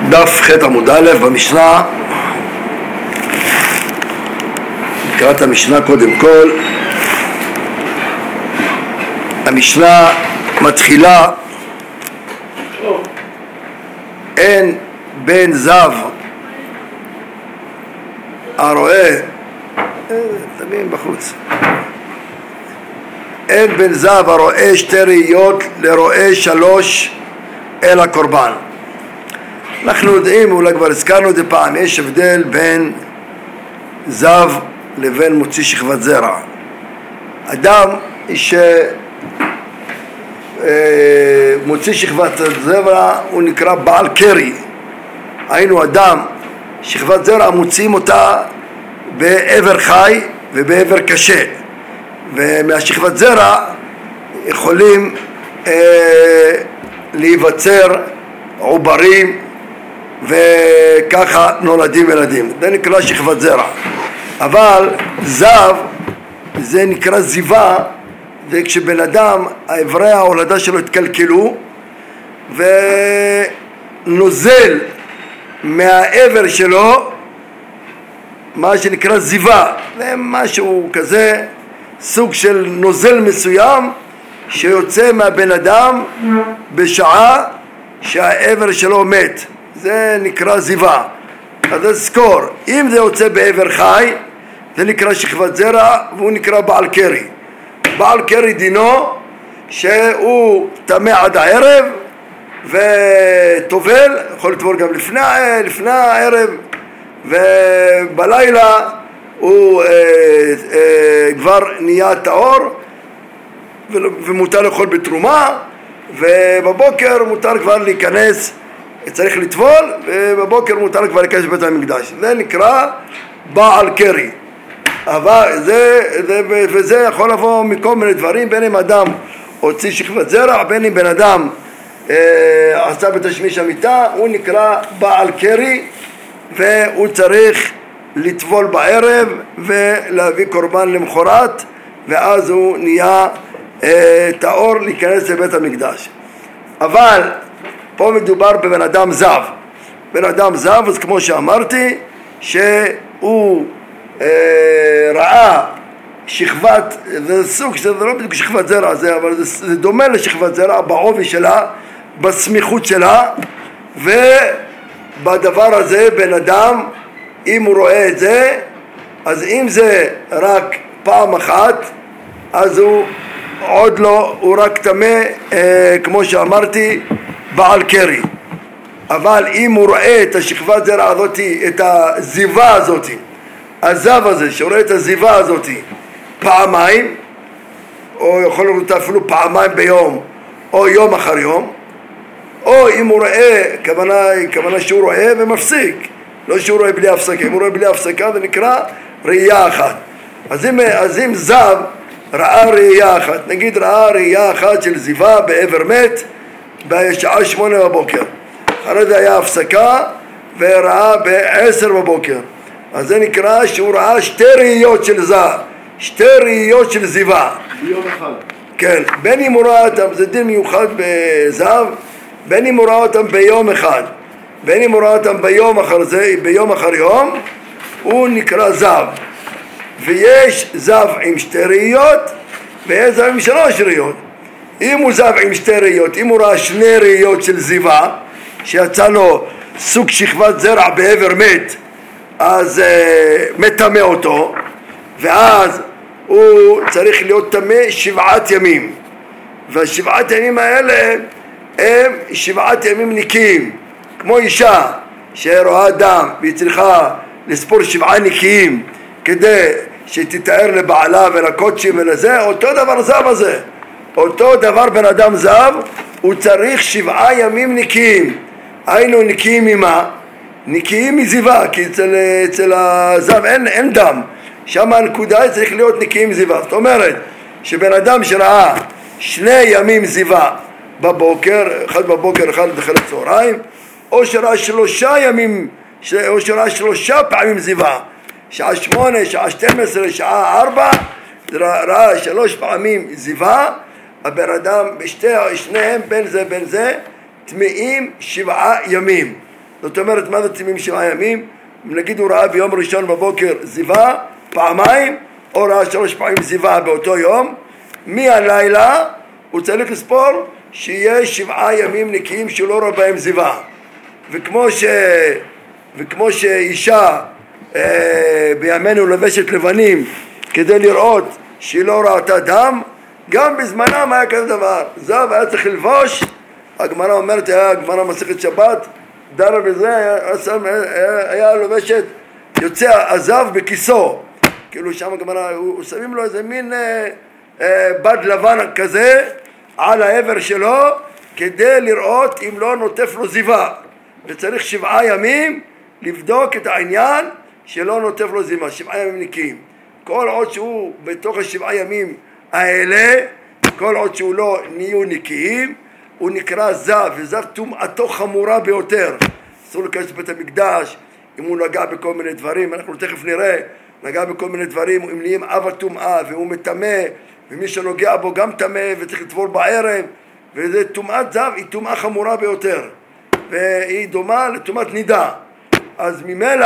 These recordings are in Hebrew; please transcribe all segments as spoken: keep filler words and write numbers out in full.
דף ח' עמוד א' במשנה. נקרא את המשנה קודם כל. המשנה מתחילה: אין בן זב הרואה, תמים בחוץ, אין בן זב הרואה שתי ראיות לרואה שלוש אל הקורבן. אנחנו יודעים, אולי כבר הזכרנו את זה פעם, יש הבדל בין זב לבין מוציא שכבת זרע. אדם שמוציא שכבת זרע הוא נקרא בעל קרי. היינו אדם שכבת זרע מוציאים אותה בעבר חי ובעבר קשה, ומהשכבת זרע יכולים אה, להיווצר עוברים וככה נולדים ילדים. זה נקרא שכבת זרע. אבל זב זה נקרא זיווה, זה כשבן אדם האיברי ההולדה שלו התקלקלו ונוזל מהעבר שלו מה שנקרא זיווה. זה משהו כזה, סוג של נוזל מסוים שיוצא מהבן אדם בשעה שהעבר שלו מת, זה נקרא זיווה. אז תזכור, אם זה יוצא בעבר חי זה נקרא שכבת זרע והוא נקרא בעל קרי. בעל קרי דינו שהוא טמא עד הערב וטובל, יכול לטבול גם לפני, לפני הערב, ובלילה הוא אה, אה, כבר נהיה טהור ומותר לאכול בתרומה, ובבוקר מותר כבר להיכנס, צריך לטבול, ובבוקר מותר כבר להיכנס לבית המקדש. זה נקרא בעל קרי. אבל זה, זה, וזה יכול לבוא מכל מיני דברים, בין אם אדם הוציא שכבת זרע, בין אם בן אדם אה, עשה בתשמיש המיטה, הוא נקרא בעל קרי, והוא צריך לטבול בערב ולהביא קורבן למחרת, ואז הוא נהיה אה, טהור להיכנס לבית המקדש. אבל פה מדובר בבן אדם זב. בן אדם זב, אז כמו שאמרתי, שהוא אה, ראה שכבת, זה סוג, זה לא בדיוק שכבת זרע זה, אבל זה, זה דומה לשכבת זרע בעובי שלה, בסמיכות שלה, ובדבר הזה בן אדם, אם הוא רואה את זה, אז אם זה רק פעם אחת, אז הוא עוד לא, הוא רק טמא, אה, כמו שאמרתי, בעל קרי. אבל אם הוא רואה את השכבת זרע הזאת, את הזיווה הזאת, הזב הזה שרואה את הזיווה הזאת פעמיים, או יכול לראות אפילו פעמיים ביום, או יום אחר יום, או אם הוא רואה, כוונה, כוונה שהוא רואה ומפסיק, לא שהוא רואה בלי הפסקה. אם הוא רואה בלי הפסקה זה נקרא ראייה אחת. אז אם, אז אם זב ראה ראייה אחת, נגיד ראה ראייה אחת של זיווה בעבר מת בשעה שמונה בבוקר, אחרי זה היה הפסקה וראה בעשר בבוקר, אז זה נקרא שהוא ראה שתי ראיות של זב, שתי ראיות של זיווה ביום אחד. כן, בין אם הוא ראה אותם, זה דין מיוחד בזב, בין אם הוא ראה אותם ביום אחד, בין אם הוא ראה אותם ביום אחר זה, ביום אחר יום, הוא נקרא זב. ויש זב עם שתי ראיות ויש זב עם שלוש ראיות. אם הוא זב עם שתי ראיות, אם הוא ראה שני ראיות של זיווה שיצא לו סוג שכבת זרע בעבר מת, אז uh, מטמא אותו, ואז הוא צריך להיות טמא שבעת ימים, והשבעת ימים האלה הם שבעת ימים נקיים, כמו אישה שרואה דם והיא צריכה לספור שבעה נקיים כדי שתתאר לבעלה ולקודשים ולזה, אותו דבר זב הזה, אותו דבר בן אדם זב, הוא צריך שבעה ימים נקיים. היינו נקיים ממה? נקיים מזיווה, כי אצל, אצל הזב אין, אין דם, שם הנקודה צריך להיות נקיים מזיווה. זאת אומרת שבן אדם שראה שני ימים זיווה בבוקר, אחד בבוקר אחד אחרי הצהריים, או שראה שלושה ימים, או שראה שלושה פעמים זיווה, שעה שמונה, שעה שתים עשרה, שעה ארבע, ראה שלוש פעמים זיווה, הבן אדם בשתי, שניהם בין זה בין זה טמאים שבעה ימים. זאת אומרת, מה זה צמים שבעה ימים? נגיד הוא ראה ביום ראשון בבוקר זיווה פעמיים, או ראה שלוש פעמים זיווה באותו יום, מהלילה הוא צריך לספור שיהיה שבעה ימים נקיים שהוא לא רואה בהם זיווה. וכמו, ש... וכמו שאישה אה, בימינו לובשת לבנים כדי לראות שהיא לא ראתה דם, גם בזמנם היה כזה דבר. זב היה צריך ללבוש, הגמרא אומרת, היה הגמרא מסכת שבת, דרה בזה, היה, היה, היה לובשת, יוצא הזב בכיסו, כאילו שם הגמרא, הוא שמים לו איזה מין אה, אה, בד לבן כזה על העבר שלו, כדי לראות אם לא נוטף לו זיווה, וצריך שבעה ימים לבדוק את העניין שלא נוטף לו זיווה, שבעה ימים נקיים. כל עוד שהוא בתוך השבעה ימים האלה, כל עוד שהוא לא נהיו נקיים, הוא נקרא זב, וזב טומאתו חמורה ביותר. אסור להיכנס לבית המקדש, אם הוא נגע בכל מיני דברים, אנחנו תכף נראה, נגע בכל מיני דברים, אם נהיים אב הטומאה והוא מטמא, ומי שנוגע בו גם טמא וצריך לטבול בערב, וזה טומאת זב, היא טומאה חמורה ביותר, והיא דומה לטומאת נידה. אז ממילא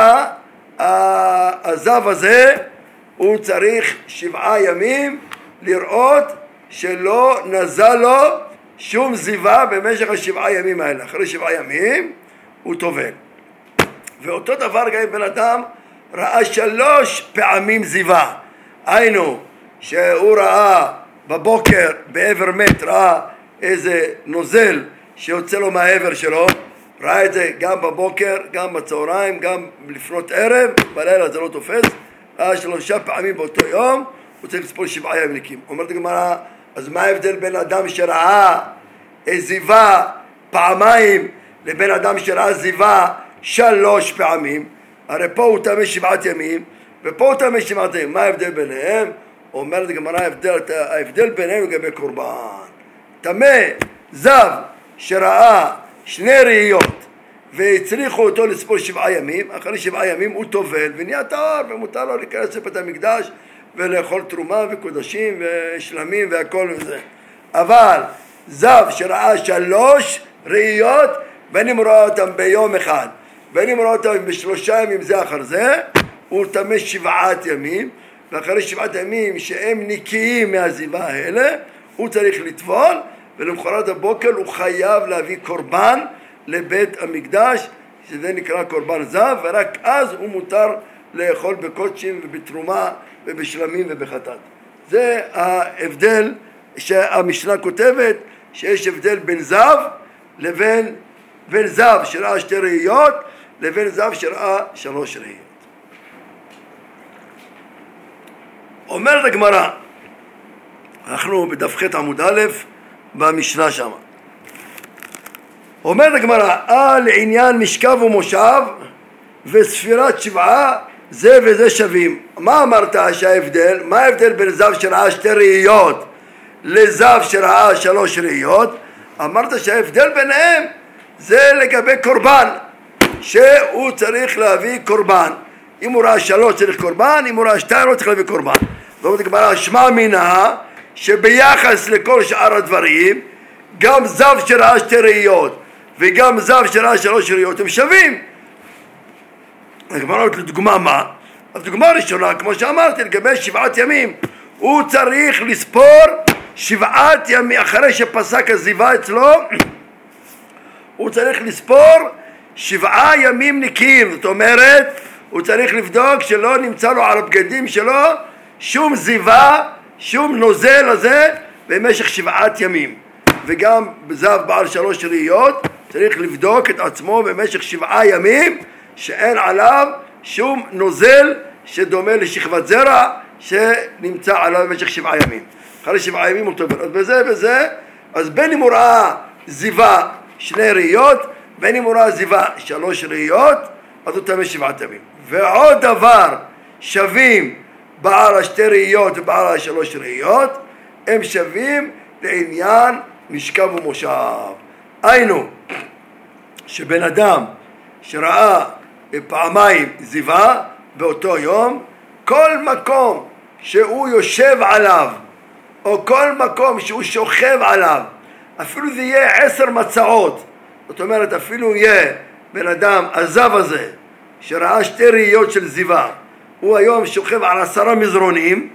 הזב הזה הוא צריך שבעה ימים לראות שלא נזל לו שום זיווה במשך השבעה ימים האלה. אחרי שבעה ימים הוא טובל. ואותו דבר גם בן אדם ראה שלוש פעמים זיווה, היינו שהוא ראה בבוקר בעבר מת, ראה איזה נוזל שיוצא לו מהעבר שלו, ראה את זה גם בבוקר, גם בצהריים, גם לפנות ערב, בלילה זה לא תופס, ראה שלושה פעמים באותו יום, הוא צריך לספור שבעה ימים נקיים. אומרת הגמרא, אז מה ההבדל בין אדם שראה זיווה פעמיים לבין אדם שראה זיווה שלוש פעמים? הרי פה הוא טמא שבעת ימים ופה הוא טמא שבעת ימים, מה ההבדל ביניהם? אומרת הגמרא, ההבדל, ההבדל ביניהם לגבי קורבן. טמא זב שראה שני ראיות והצליחו אותו לספור שבעה ימים, אחרי שבעה ימים הוא טובל ונהיה טהור ומותר לו להיכנס לבית המקדש ולאכול תרומה וקודשים ושלמים והכל וזה. אבל זב שראה שלוש ראיות, בין אם ראה אותם ביום אחד בין אם ראה אותם בשלושה ימים זה אחר זה, הוא טמא שבעת ימים, ואחרי שבעת ימים שהם נקיים מהזיווה האלה הוא צריך לטבול, ולמחרת הבוקר הוא חייב להביא קורבן לבית המקדש, שזה נקרא קורבן זב, ורק אז הוא מותר לאכול בקודשים ובתרומה ובשלמים ובחטאת. זה ההבדל שהמשנה כותבת, שיש הבדל בין זב לבין בין זב שראה שתי ראיות לבין זב שראה שלוש ראיות. אומרת הגמרא, אנחנו בדף ח' עמוד א' במשנה שם, אומרת הגמרא, על עניין משכב ומושב וספירת שבעה זה וזה שווים. מה אמרת שההבדל? מה ההבדל בין זב שראה שתי ראיות לזב שראה שלוש ראיות? אמרת שההבדל ביניהם זה לגבי קורבן, שהוא צריך להביא קורבן. אם הוא ראה שלוש צריך קורבן, אם הוא ראה שתיים לא צריך להביא קורבן. זאת אומרת, שמע מינה שביחס לכל שאר הדברים, גם זב שראה שתי ראיות וגם זב שראה שלוש ראיות הם שווים. הגמרא לדוגמה מה? הדוגמה הראשונה, כמו שאמרתי, לגבי שבעת ימים, הוא צריך לספור שבעת ימים, אחרי שפסק הזיווה אצלו, הוא צריך לספור שבעה ימים נקיים. זאת אומרת, הוא צריך לבדוק שלא נמצא לו על הבגדים שלו שום זיווה, שום נוזל הזה במשך שבעת ימים. וגם בזב בעל שלוש ראיות צריך לבדוק את עצמו במשך שבעה ימים שאין עליו שום נוזל שדומה לשכבת זרע שנמצא עליו במשך שבעה ימים. אחרי שבעה ימים הוא טובל. אז בזה וזה, אז בין אם הוא ראה זיווה שני ראיות, בין אם הוא ראה זיווה שלוש ראיות, אז הוא טמא שבעת ימים. ועוד דבר, שווים בעל השתי ראיות ובעל השלוש ראיות, הם שווים לעניין משכב ומושב. היינו, שבן אדם שראה פעמיים זיווה באותו יום, כל מקום שהוא יושב עליו, או כל מקום שהוא שוכב עליו, אפילו זה יהיה עשר מצעות, זאת אומרת אפילו יהיה בן אדם, הזב הזה, שראה שתי ראיות של זיווה, הוא היום שוכב על עשרה מזרונים,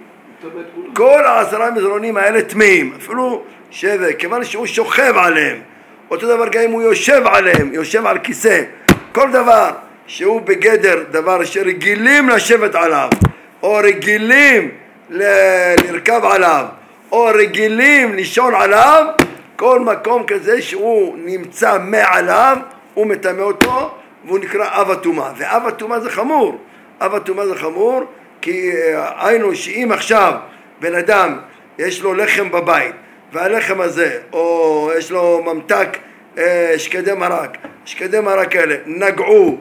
כל העשרה מזרונים האלה טמאים, אפילו שווה, כיוון שהוא שוכב עליהם. אותו דבר גם אם הוא יושב עליהם, יושב על כיסא, כל דבר שהוא בגדר דבר שרגילים לשבת עליו, או רגילים ל- לרכב עליו, או רגילים לישון עליו, כל מקום כזה שהוא נמצא מעליו, הוא מטמא אותו, והוא נקרא אב הטומאה. ואב הטומאה זה חמור, אב הטומאה זה חמור, כי היינו שאם עכשיו בן אדם יש לו לחם בבית, והלחם הזה, או יש לו ממתק אה, שקדי מרק, שקדי מרק האלה נגעו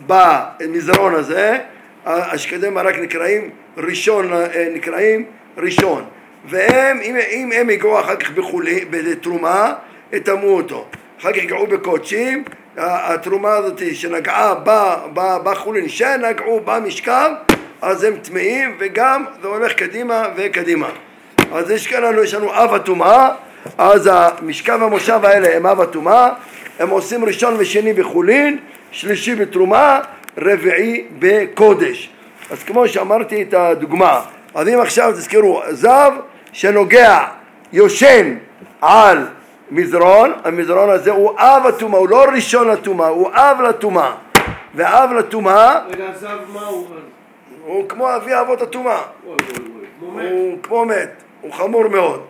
במזרון הזה, השקדי מרק נקראים ראשון, נקראים ראשון, והם, אם, אם הם יגעו אחר כך בחולי, בתרומה, יטמאו אותו. אחר כך יגעו בקודשים, התרומה הזאת שנגעה בחולין, שנגעו במשכב, אז הם טמאים, וגם זה הולך קדימה וקדימה. אז יש לנו, יש לנו אב הטומאה, אז המשכב והמושב האלה הם אב הטומאה, הם עושים ראשון ושני בחולין, שלישי בתרומה, רביעי בקודש. אז כמו שאמרתי את הדוגמה, אז אם עכשיו תזכרו, זב שנוגע, יושן על מזרון, המזרון הזה הוא אב הטומאה, הוא לא ראשון לטומאה, הוא אב לטומאה. ואב לטומאה, רגע, זב מה הוא? הוא כמו אבי אבות הטומאה, הוא כמו מת, הוא חמור מאוד,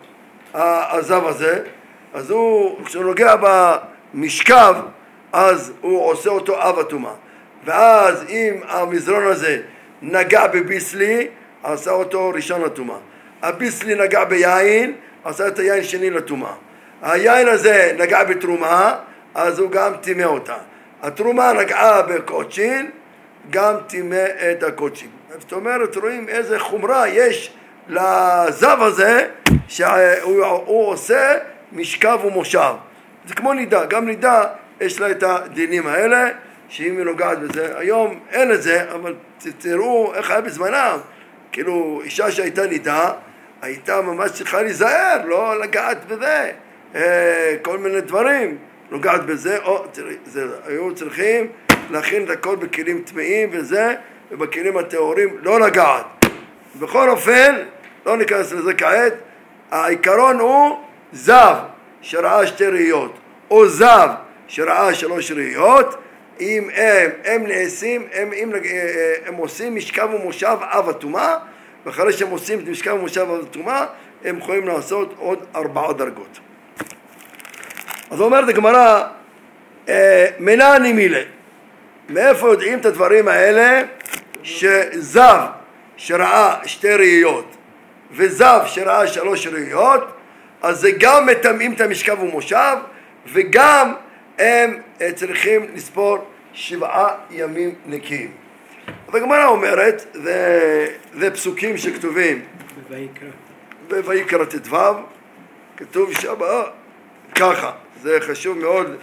הזב הזה. אז הוא, כשהוא נוגע במשכב, אז הוא עושה אותו אב הטומאה. ואז אם המזרון הזה נגע בביסלי, עשה אותו ראשון לטומאה. הביסלי נגע ביין, עשה את היין שני לטומאה. היין הזה נגע בתרומה, אז הוא גם טימא אותה. התרומה נגעה בקודשין, גם טימא את הקודשים. זאת אומרת, רואים איזה חומרה יש לזב הזה, שהוא עושה משכב ומושב. זה כמו נידה, גם נידה יש לה את הדינים האלה, שאם היא נוגעת בזה. היום אין את זה, אבל תראו איך היה בזמנם. כאילו, אישה שהייתה נידה, הייתה ממש צריכה להיזהר, לא לגעת בזה. כל מיני דברים, נוגעת בזה, או, תראי, זה, היו צריכים להכין את הכל בכלים טמאים וזה, ובכלים הטהורים לא לגעת. בכל אופן, לא ניכנס לזה כעת, העיקרון הוא זב שראה שתי ראיות, או זב שראה שלוש ראיות, אם הם, הם נעשים, הם, הם, הם עושים משכב ומושב אב הטומאה, ואחרי שהם עושים את משכב ומושב אב הטומאה, הם יכולים לעשות עוד ארבעה דרגות. אז אומרת הגמרא, מנני מילה, מאיפה יודעים את הדברים האלה? שזב שראה שתי ראיות וזב שראה שלוש ראיות, אז זה גם מטמאים את המשכב ומושב, וגם הם צריכים לספור שבעה ימים נקיים. והגמרא אומרת, זה, זה פסוקים שכתובים בויקרא ט"ו, כתוב שם ככה, זה חשוב מאוד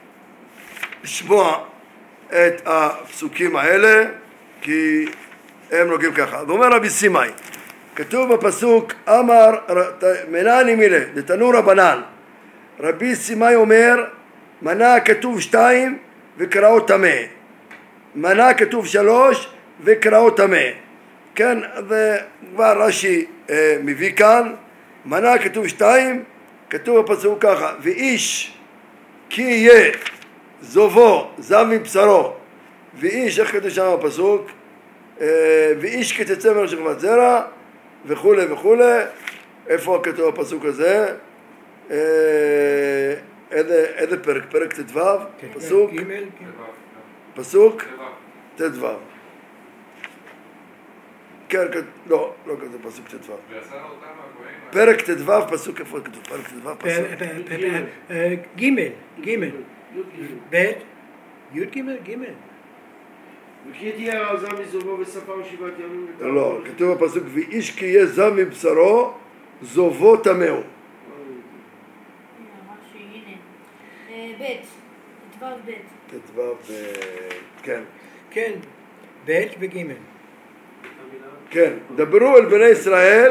לשמוע את הפסוקים האלה, כי הם נוגעים ככה. ואומר רבי סימאי, כתוב בפסוק, אמר מנני מילה, דתנו רבנן. רבי סימאי אומר, מנה כתוב שתיים וקראו טמא, מנה כתוב שלוש וקראו טמא. כן, וכבר רש"י אה, מביא כאן, מנה כתוב שתיים, כתוב בפסוק ככה, ואיש כי יהיה זובו זב מבשרו, ואיש, איך כתוב שם בפסוק, אה, ואיש כתצא ממנו שכבת זרע, וכו' וכו'. איפה כתוב הפסוק הזה? אה, איזה, איזה פרק? פרק ט"ו? פסוק? פסוק? ט"ו. כן, לא, לא כתוב פסוק ט"ו. פרק ט"ו, פסוק, איפה כתוב? פרק ט"ו, פסוק? ג' ג' ב' י' ג' ג' וכי תהיה הזב מזובו וספר שבעת ימים. לא, כתוב בפסוק, ואיש כי יהיה זב מבשרו, זובו טמאו. ב' ט"ו ב' ט"ו ב... כן. כן, ב' וג' כן, דברו אל בני ישראל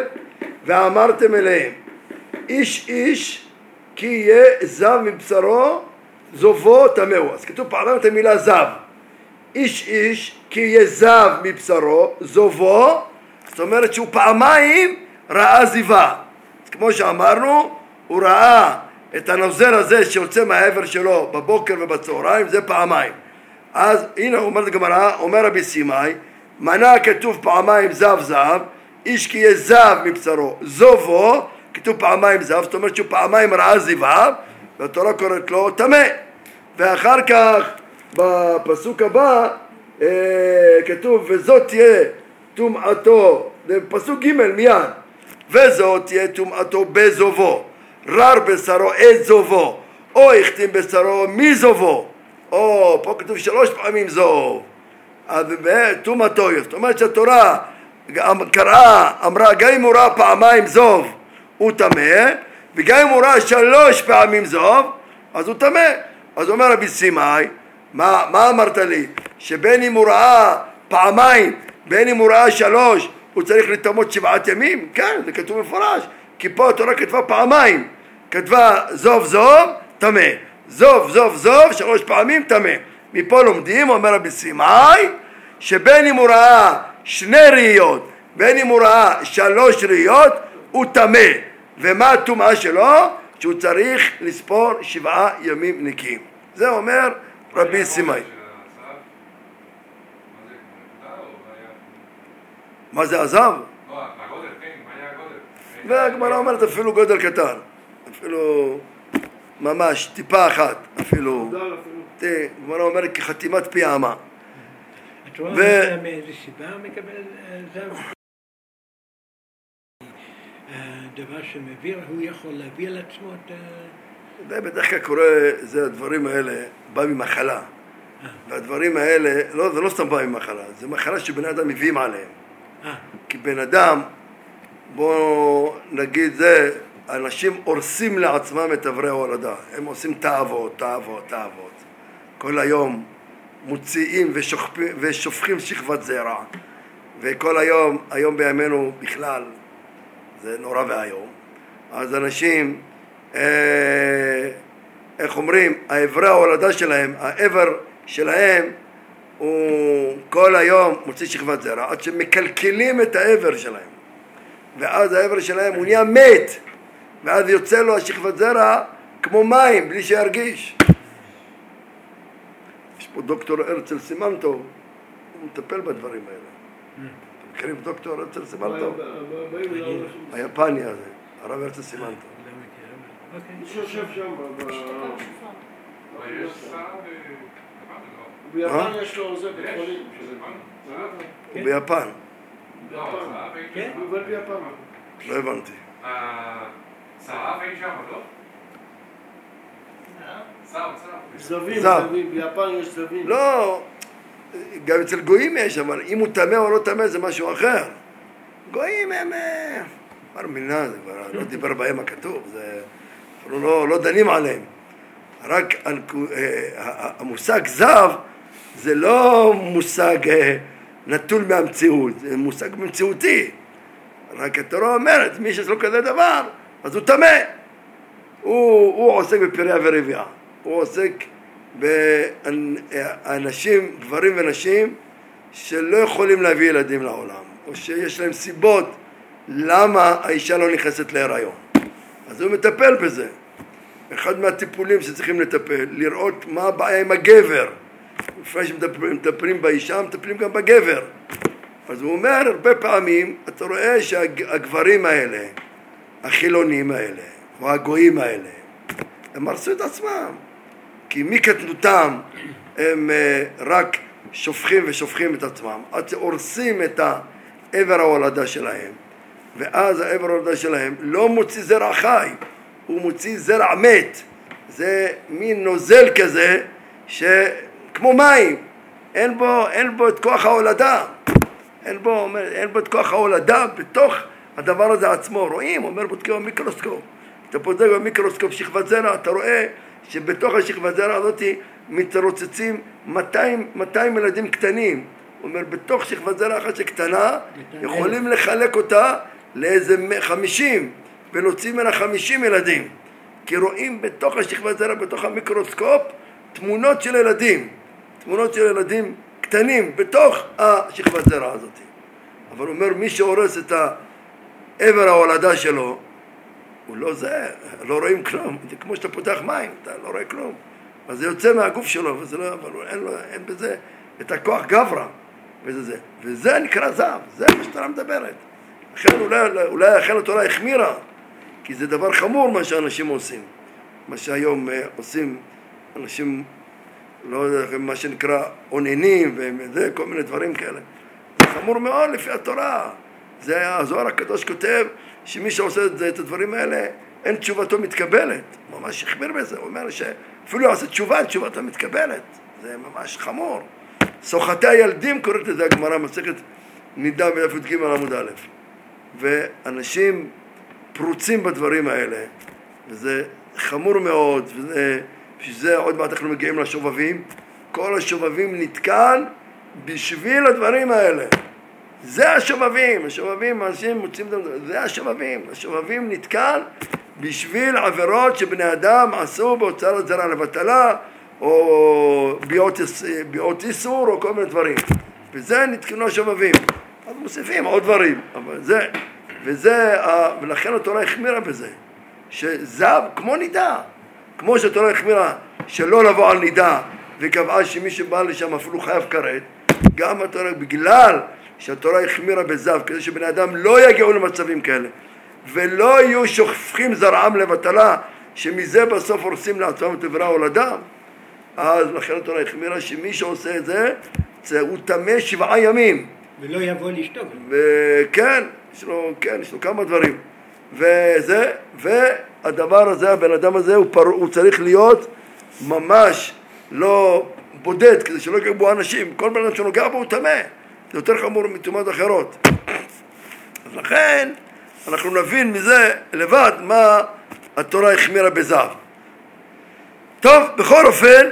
ואמרתם אליהם, איש איש כי יהיה זב מבשרו זובו טמאו. אז כתוב פעמיים את המילה זב. איש איש כי יזב מבשרו, זובו, זאת אומרת שהוא פעמיים ראה זיווה. אז כמו שאמרנו, הוא ראה את הנוזל הזה שיוצא מהעבר שלו בבוקר ובצהריים, זה פעמיים. אז הנה אומרת הגמרא, אומר רבי סימאי, מנה כתוב פעמיים זב זב, איש כי יזב מבשרו, זובו, כתוב פעמיים זב, זאת אומרת שהוא פעמיים ראה זיווה, והתורה קוראת לו טמא. ואחר כך בפסוק הבא אה, כתוב וזאת תהיה טומאתו, בפסוק ג' מיד, וזאת תהיה טומאתו בזובו, רר בשרו את זובו, או החתים בשרו מזובו, או פה כתוב שלוש פעמים זוב, אז טומאתו, זאת אומרת שהתורה קראה, אמרה גם אם הוא ראה פעמיים זוב הוא טמא, וגם אם הוא ראה שלוש פעמים זוב אז הוא טמא. אז אומר רבי סימאי, מה, מה אמרת לי? שבין אם הוא ראה פעמיים, בין אם הוא ראה שלוש, הוא צריך לטמות שבעת ימים? כן, זה כתוב מפורש, כי פה התורה כתבה פעמיים, כתבה זוב זוב, טמא, זוב זוב זוב, שלוש פעמים טמא. מפה לומדים, אומר רבי סימאי, שבין אם הוא ראה שני ראיות, בין אם הוא ראה שלוש ראיות, הוא טמא. ומה הטומאה שלו? שהוא צריך לספור שבעה ימים נקיים. זה אומר רבי סימאי. מה זה עזב? לא, הגודל, כן, מה היה הגודל? והגמרא אומרת אפילו גודל קטן, אפילו ממש טיפה אחת, אפילו, הגמרא אומרת כחתימת פי האמה. את רואה מאיזה סיבה מקבל זב? דבר שמביא, הוא יכול להביא על עצמו את... זה בדרך כלל קורה, זה הדברים האלה, בא ממחלה. והדברים האלה, לא, זה לא סתם בא ממחלה, זה מחלה שבני אדם מביאים עליהם. כי בן אדם, בוא נגיד זה, אנשים הורסים לעצמם את אברי ההולדה. הם עושים תאוות, תאוות, תאוות. כל היום מוציאים ושופכים, ושופכים שכבת זרע. וכל היום, היום בימינו בכלל, זה נורא והיום. אז אנשים, אה, איך אומרים, האברי ההולדה שלהם, העבר שלהם, הוא כל היום מוציא שכבת זרע, עד שמקלקלים את העבר שלהם. ואז העבר שלהם הוא נהיה מת, ואז יוצא לו השכבת זרע כמו מים, בלי שירגיש. יש פה דוקטור הרצל סימנטו, הוא מטפל בדברים האלה. אתם מכירים דוקטור הרצל סימנטו? היפני הזה, הרב הרצל סימנטו. מי שיושב שם ב... יש שר ביפן יש לו זה בית חולים. הוא ביפן. כן? הוא עובד ביפן. לא הבנתי. צרף אין שם, לא? צרף, צרף. זבים, זבים, ביפן יש זבים. לא, גם אצל גויים יש, אבל אם הוא טמא או לא טמא זה משהו אחר. גויים הם... כבר מינה, זה כבר לא דיבר בהם הכתוב, זה... אנחנו לא, לא דנים עליהם. רק המושג זב זה לא מושג נטול מהמציאות, זה מושג מציאותי. רק התורה אומרת, מי שיש לו כזה דבר, אז הוא טמא. הוא, הוא עוסק בפריה ורבייה. הוא עוסק באנשים, גברים ונשים, שלא יכולים להביא ילדים לעולם, או שיש להם סיבות למה האישה לא נכנסת להיריון. אז הוא מטפל בזה. אחד מהטיפולים שצריכים לטפל, לראות מה הבעיה עם הגבר. לפני שמטפלים באישה, מטפלים גם בגבר. אז הוא אומר, הרבה פעמים, אתה רואה שהגברים האלה, החילונים האלה, או הגויים האלה, הם הרסו את עצמם. כי מקטנותם הם רק שופכים ושופכים את עצמם, עד שהורסים את העבר ההולדה שלהם. ואז העבר ההולדה שלהם לא מוציא זרע חי, הוא מוציא זרע מת. זה מין נוזל כזה שכמו מים, אין בו, אין בו את כוח ההולדה, אין בו, אין בו את כוח ההולדה בתוך הדבר הזה עצמו. רואים, אומר בודקים במיקרוסקופ, אתה בודק במיקרוסקופ שכבת זרע, אתה רואה שבתוך השכבת זרע הזאת מתרוצצים מאתיים, מאתיים ילדים קטנים. הוא אומר, בתוך שכבת זרע אחת שקטנה, יכולים לחלק אותה לאיזה חמישים, ולהוציא ממנה חמישים ילדים. כי רואים בתוך השכבת זרע, בתוך המיקרוסקופ, תמונות של ילדים, תמונות של ילדים קטנים בתוך השכבת זרע הזאת. אבל הוא אומר, מי שהורס את העבר ההולדה שלו, הוא לא זה, לא רואים כלום, זה כמו שאתה פותח מים, אתה לא רואה כלום. אז זה יוצא מהגוף שלו, וזה לא, אבל אין, לו, אין בזה את הכוח גברא, וזה זה. וזה נקרא זהב, זה מה שתורה מדברת. לכן אולי, אולי לכן התורה החמירה, כי זה דבר חמור מה שאנשים עושים. מה שהיום עושים אנשים, לא יודע, מה שנקרא עוננים, וזה, כל מיני דברים כאלה. זה חמור מאוד לפי התורה. זה הזוהר הקדוש כותב, שמי שעושה את, זה, את הדברים האלה, אין תשובתו מתקבלת. ממש החמיר בזה, הוא אומר שאפילו עושה תשובה, אין תשובתו מתקבלת. זה ממש חמור. סוחתי הילדים קוראת לזה הגמרא, מסכת נידה בדף י"ג עמוד א'. ואנשים פרוצים בדברים האלה, וזה חמור מאוד, וזה, שזה עוד מעט אנחנו מגיעים לשובבים, כל השובבים נתקן בשביל הדברים האלה. זה השובבים, השובבים, אנשים מוצאים, זה השובבים, השובבים נתקן בשביל עבירות שבני אדם עשו בהוצאת זרע לבטלה, או ביאות איסור, או כל מיני דברים. וזה נתקנו השובבים. אז מוסיפים עוד דברים, אבל זה, וזה, ולכן התורה החמירה בזה, שזב כמו נידה, כמו שהתורה החמירה שלא לבוא על נידה, וקבעה שמי שבא לשם אפילו חייב כרת, גם התורה, בגלל שהתורה החמירה בזב, כדי שבני אדם לא יגיעו למצבים כאלה, ולא יהיו שופכים זרעם לבטלה, שמזה בסוף הורסים לעצמם את עברה הולדה, אז לכן התורה החמירה שמי שעושה את זה, הוא טמא שבעה ימים. ולא יבוא לשתוק. וכן, יש לו, כן, יש לו כמה דברים. וזה, והדבר הזה, הבן אדם הזה, הוא, פר, הוא צריך להיות ממש לא בודד, כדי שלא יגעו בו אנשים. כל בן אדם שנוגע בו הוא טמא. זה יותר חמור מטומאות אחרות. אז לכן, אנחנו נבין מזה לבד מה התורה החמירה בזב. טוב, בכל אופן,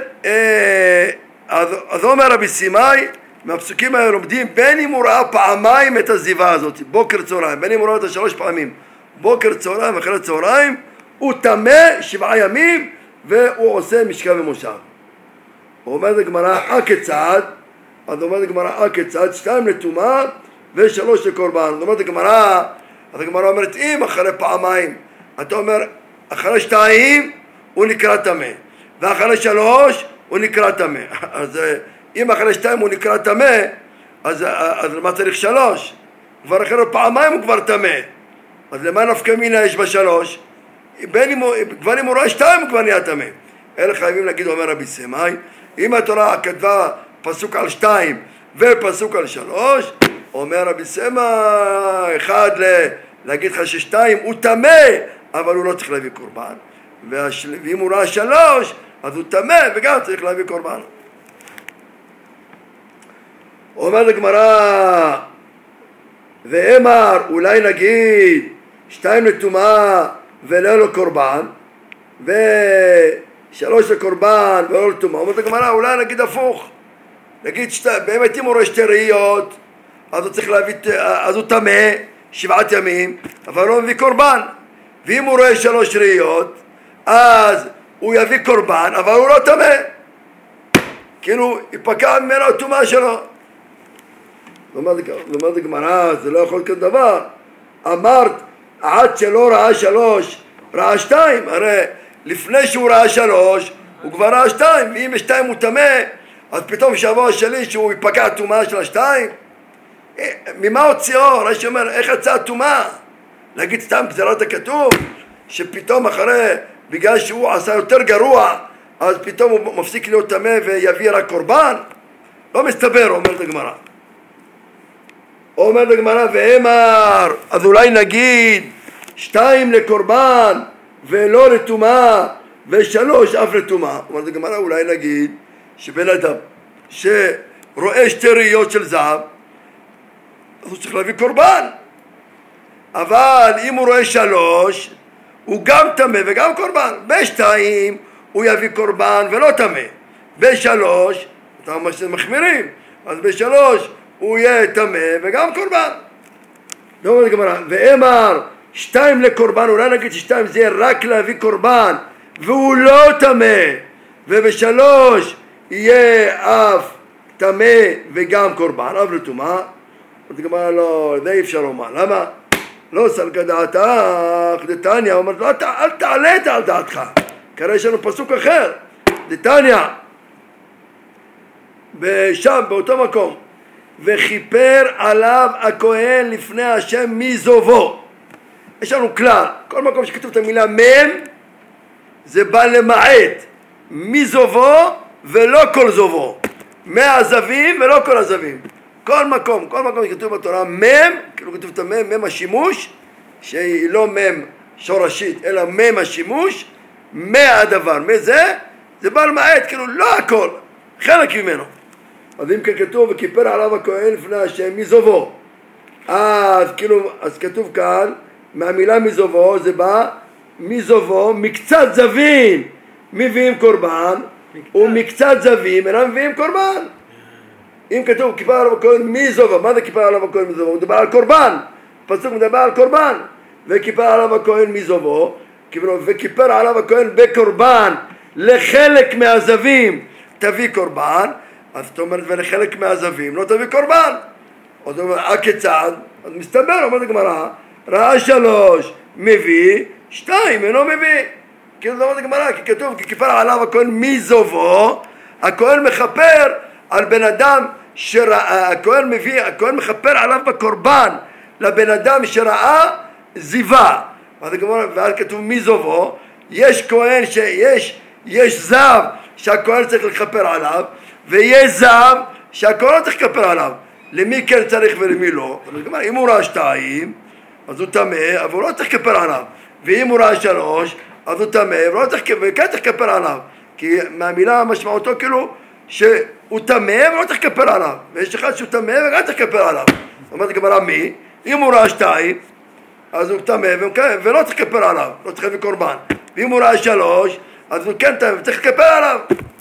אז, אז אומר רבי סימאי, מהפסוקים האלה לומדים, בין אם הוא ראה פעמיים את הזיבה הזאת, בוקר צהריים, בין אם הוא ראה אותה שלוש פעמים, בוקר צהריים, אחרי צהריים, הוא טמא שבעה ימים, והוא עושה משכב ומושב. הוא אומר לגמרא, הכיצד? אז הוא אומר לגמרא, הכיצד? שתיים לטומאה ושלוש לקורבן. זאת אומרת לגמרא, אז הגמרא אומרת, אם אחרי פעמיים, אתה אומר, אחרי שתיים, הוא נקרא טמא, ואחרי שלוש, הוא נקרא טמא. אז אם אחרי שתיים הוא נקרא טמא, אז, אז למה צריך שלוש? כבר אחרי פעמיים הוא כבר טמא. אז למה נפקא מינה יש בשלוש? בין אם הוא, כבר אם הוא רואה שתיים הוא כבר נהיה טמא. אלה חייבים להגיד, אומר רבי סימאי, אם התורה כתבה פסוק על שתיים ופסוק על שלוש, אומר רבי סימאי, אחד ל... להגיד לך ששתיים הוא טמא, אבל הוא לא צריך להביא קורבן. והשל... ואם הוא ראה שלוש, אז הוא טמא וגם צריך להביא קורבן. אומר לגמרא, ואמר, אולי נגיד שתיים לטומאה ולא לו קורבן, ושלוש לקורבן ולא לטומאה. אומר לגמרא, אולי נגיד הפוך, נגיד שת... באמת אם הוא רואה שתי ראיות, אז הוא צריך להביא, אז הוא טמא שבעת ימים, אבל לא מביא קורבן. ואם הוא רואה שלוש ראיות, אז הוא יביא קורבן, אבל הוא לא טמא. כאילו, יפקע ממנו הטומאה שלו. לומד הגמרא, זה לא יכול להיות דבר. אמרת, עד שלא ראה שלוש, ראה שתיים. הרי לפני שהוא ראה שלוש, הוא כבר ראה שתיים. ואם בשתיים הוא טמא, אז פתאום שבוע שלי שהוא יפקע הטומאה של השתיים. ממה הוציאו? רש"י אומר, איך יצאה הטומאה? להגיד סתם גזירת הכתוב, שפתאום אחרי, בגלל שהוא עשה יותר גרוע, אז פתאום הוא מפסיק להיות טמא ויביא רק קורבן? לא מסתבר, אומרת הגמרא. אומרת הגמרא, ואמר, אז אולי נגיד, שתיים לקורבן ולא לטומאה, ושלוש אף לטומאה. אומרת הגמרא, אולי נגיד, שבן אדם שרואה שתי ראיות של זהב, אז הוא צריך להביא קורבן. אבל אם הוא רואה שלוש, הוא גם טמא וגם קורבן. בשתיים הוא יביא קורבן ולא טמא. בשלוש, אתה אומר שזה מחמירים, אז בשלוש הוא יהיה טמא וגם קורבן. לא אומר לגמרא, ואמר שתיים לקורבן, אולי נגיד ששתיים זה יהיה רק להביא קורבן, והוא לא טמא ובשלוש יהיה אף טמא וגם קורבן, אף לטומאה. אז הגמרא לא, זה אי אפשר לומר, למה? לא סלקא דעתך, דתניא, הוא אומר, לא, אל תעלה את על דעתך, כרי יש לנו פסוק אחר, דתניא, ושם, באותו מקום, וכיפר עליו הכהן לפני השם מזובו. יש לנו כלל, כל מקום שכתוב את המילה מם, זה בא למעט, מזובו ולא כל זובו, מהזווים ולא כל הזווים. כל מקום, כל מקום שכתוב בתורה מם, כאילו כתוב את המם, מם השימוש, שהיא לא מם שורשית, אלא מם השימוש, מהדבר, מזה, זה בא למעט, כאילו לא הכל, חלק ממנו. אז אם כן כתוב, וכיפר עליו הכהן לפני השם מזובו. אז כאילו, אז כתוב כאן, מהמילה מזובו, זה בא מזובו, מקצת זווים מביאים קורבן, ומקצת זווים אינם מביאים קורבן. אם כתוב כיפר עליו הכהן מזובו, מה זה כיפר עליו הכהן מזובו? הוא מדבר על קורבן, פסוק מדבר על קורבן, וכיפר עליו הכהן מזובו, וכיפר עליו הכהן בקורבן, לחלק מהזווים תביא קורבן, אז זאת אומרת, ולחלק מהזווים לא תביא קורבן. אז הוא אומר, הכיצד? אז מסתבר, אומרת הגמרא, ראה שלוש מביא, שתיים אינו מביא. כאילו זאת אומרת הגמרא, כי כתוב, כי כיפר עליו הכהן מזובו, הכהן מכפר על בן אדם שראה, הכהן מביא, הכהן מכפר עליו בקורבן, לבן אדם שראה זיווה. ואז כתוב מזובו, יש כהן שיש, יש זב שהכהן צריך לכפר עליו, ויש זב שהכהן לא צריך לכפר עליו. למי כן צריך ולמי לא? אם הוא ראה שתיים, אז הוא טמא, אבל הוא לא צריך לכפר עליו. ואם הוא ראה שלוש, אז הוא טמא, וכן צריך לכפר עליו. כי מהמילה משמעותו כאילו שהוא טמא ולא צריך לכפר עליו. ויש אחד שהוא טמא וגם צריך לכפר עליו. אומרת הגמרא מי? אם הוא ראה שתיים, אז הוא טמא ולא צריך לכפר עליו, לא צריך להביא קורבן. ואם הוא ראה שלוש, אז הוא כן טמא וצריך לכפר עליו.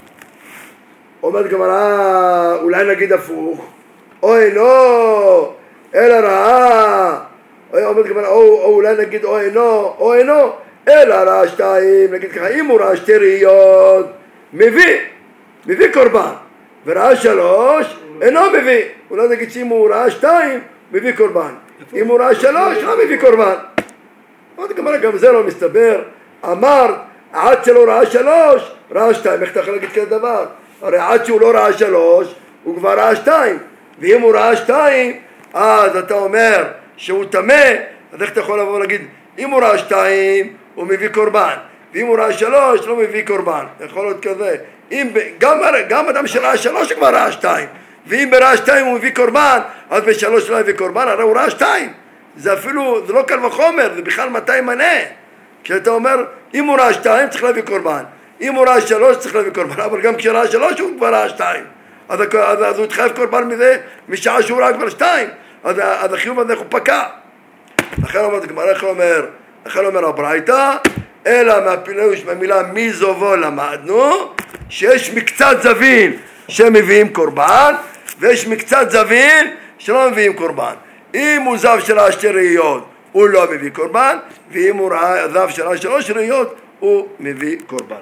אומרת גמרא, אולי נגיד הפוך, אוי לא, אלא רעה, אומרת גמרא, או, או אולי נגיד או אינו, או אינו, אלא ראה שתיים, נגיד ככה, אם הוא ראה שתי ראיות, מביא, מביא קורבן, וראה שלוש, אינו מביא, אולי נגיד שאם הוא ראה שתיים, מביא קורבן, אם הוא ראה שלוש, לא מביא קורבן. אומרת גמרא, גם זה לא מסתבר, אמר, עד שלא ראה שלוש, ראה שתיים, איך אתה יכול להגיד כזה דבר? הרי עד שהוא לא ראה שלוש, הוא כבר ראה שתיים, ואם הוא ראה שתיים, אז אתה אומר שהוא טמא, אז איך אתה יכול לבוא ולהגיד, אם הוא ראה שתיים, הוא מביא קורבן, ואם הוא ראה שלוש, לא מביא קורבן, יכול להיות כזה. אם, גם, גם אדם שראה שלוש, הוא כבר ראה שתיים, ואם בראה שתיים הוא מביא קורבן, אז בשלוש לא מביא קורבן, הרי הוא ראה שתיים. זה אפילו, זה לא קל וחומר, זה בכלל מתי מנה. כשאתה אומר, אם הוא ראה שתיים, צריך להביא קורבן. אם הוא ראה שלוש, צריך להביא קורבן, אבל גם כשראה שלוש, הוא כבר ראה שתיים. אז, אז, אז הוא התחייב קורבן מזה, משעה שהוא ראה כבר שתיים. אז, אז החיוב הזה הוא פקע. לכן אומרת הגמרא, איך אומר, איך אומר הברייתא, אלא מהפילוש מהמילה מזובו למדנו, שיש מקצת זווין שמביאים קורבן, ויש מקצת זווין שלא מביאים קורבן. אם הוא זב של שתי ראיות, הוא לא מביא קורבן, ואם הוא ראה זב של שלוש ראיות, הוא מביא קורבן.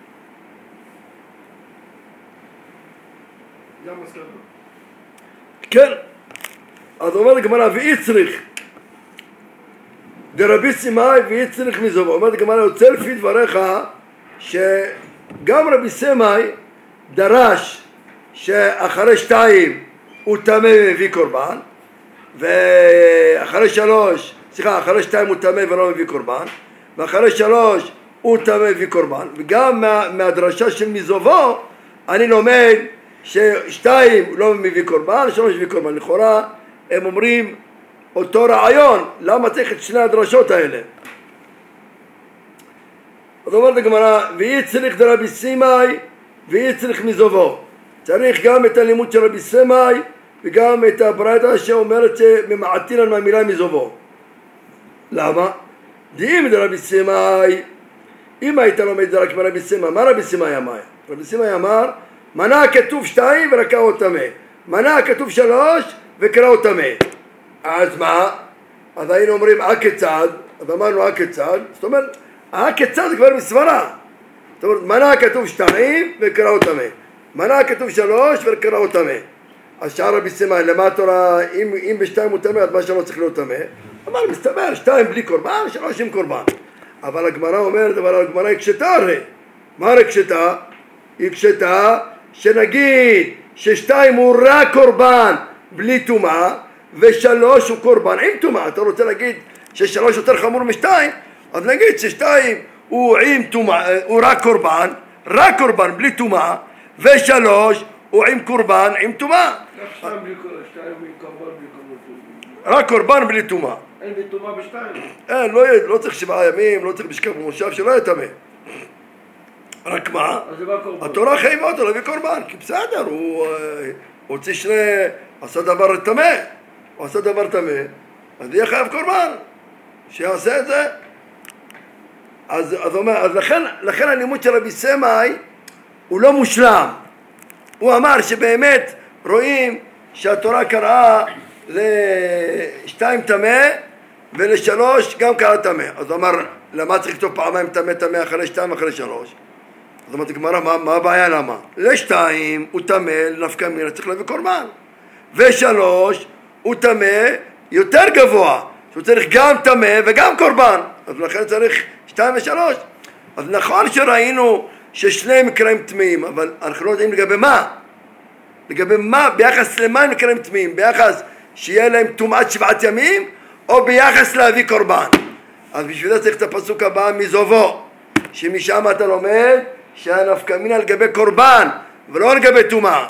כן, אז אומר לגמרא, ואי צריך דרבי סימאי ואי צריך מזובו. אומרת הגמרא, יוצא לפי דבריך שגם רבי סימאי דרש שאחרי שתיים הוא טמא ומביא קורבן, ואחרי שלוש, סליחה, אחרי שתיים הוא טמא ולא מביא קורבן, ואחרי שלוש הוא טמא ומביא קורבן. וגם מה, מהדרשה של מזובו אני לומד ששתיים לא מביא קורבן, שלוש מביא קורבן. לכאורה הם אומרים אותו רעיון, למה צריך את שני הדרשות האלה? אז אומרת הגמרא, ואי צריך דרבי סימאי ואי צריך מזובו. צריך גם את הלימוד של רבי סימאי וגם את הברייתא שאומרת שממעטין לנו מהמילה מזובו. למה? דאם דרבי סימאי, אם היית לומד זה רק מרבי סימאי, מה רבי סימאי אמר? רבי סימאי אמר, מנה כתוב שתיים ורקעו טמא, מנה כתוב שלוש וקראו טמא. אז מה? אז היינו אומרים הכיצד, אז אמרנו הכיצד, זאת אומרת, הכיצד זה כבר מסברה. זאת אומרת, מנה כתוב שתיים וקראו טמא. מנה כתוב שלוש וקראו טמא. אז שאר רבי סימאי, למה התורה, אם, אם בשתיים הוא טמא, אז מה שלא צריך להיות טמא? אמר, מסתבר, שתיים בלי קורבן, שלוש עם קורבן. אבל הגמרא אומרת, אבל הגמרא היא קשתה הרי. מה הרי קשתה? היא קשתה שנגיד ששתיים הוא רק קורבן בלי טומאה, ושלוש הוא קורבן עם טומאה. אתה רוצה להגיד ששלוש יותר חמור משתיים, אז נגיד ששתיים הוא עם טומאה, הוא רק קורבן, רק קורבן בלי טומאה, ושלוש הוא עם קורבן עם טומאה. שתיים בלי קורבן בלי קורבן. רק קורבן בלי טומאה. אין לי טומאה בשתיים. אין, לא, לא צריך שבעה ימים, לא צריך משכב במושב, שלא יטמא. רק מה? התורה חייבה אותו להביא קורבן, כי בסדר, הוא הוציא שני, עשה דבר טמא, הוא עשה דבר טמא, אז יהיה חייב קורבן, שיעשה את זה. אז, אז, אומר, אז לכן, לכן הלימוד של רבי סימאי הוא לא מושלם. הוא אמר שבאמת רואים שהתורה קראה לשתיים טמא ולשלוש גם קראה טמא. אז הוא אמר, למה צריך לכתוב פעמיים טמא טמא אחרי שתיים אחרי שלוש? אז אמרתי גמרא, מה, מה הבעיה למה? לשתיים הוא טמא, לנפקא מינה צריך להביא קורבן. ושלוש הוא טמא יותר גבוה, שהוא צריך גם טמא וגם קורבן. אז לכן צריך שתיים ושלוש. אז נכון שראינו ששניהם מקראים טמאים, אבל אנחנו לא יודעים לגבי מה. לגבי מה, ביחס למה הם מקראים טמאים? ביחס שיהיה להם טומאת שבעת ימים, או ביחס להביא קורבן. אז בשביל זה צריך את הפסוק הבא מזובו, שמשם אתה לומד שהנפקא מינה לגבי קורבן ולא לגבי טומאה.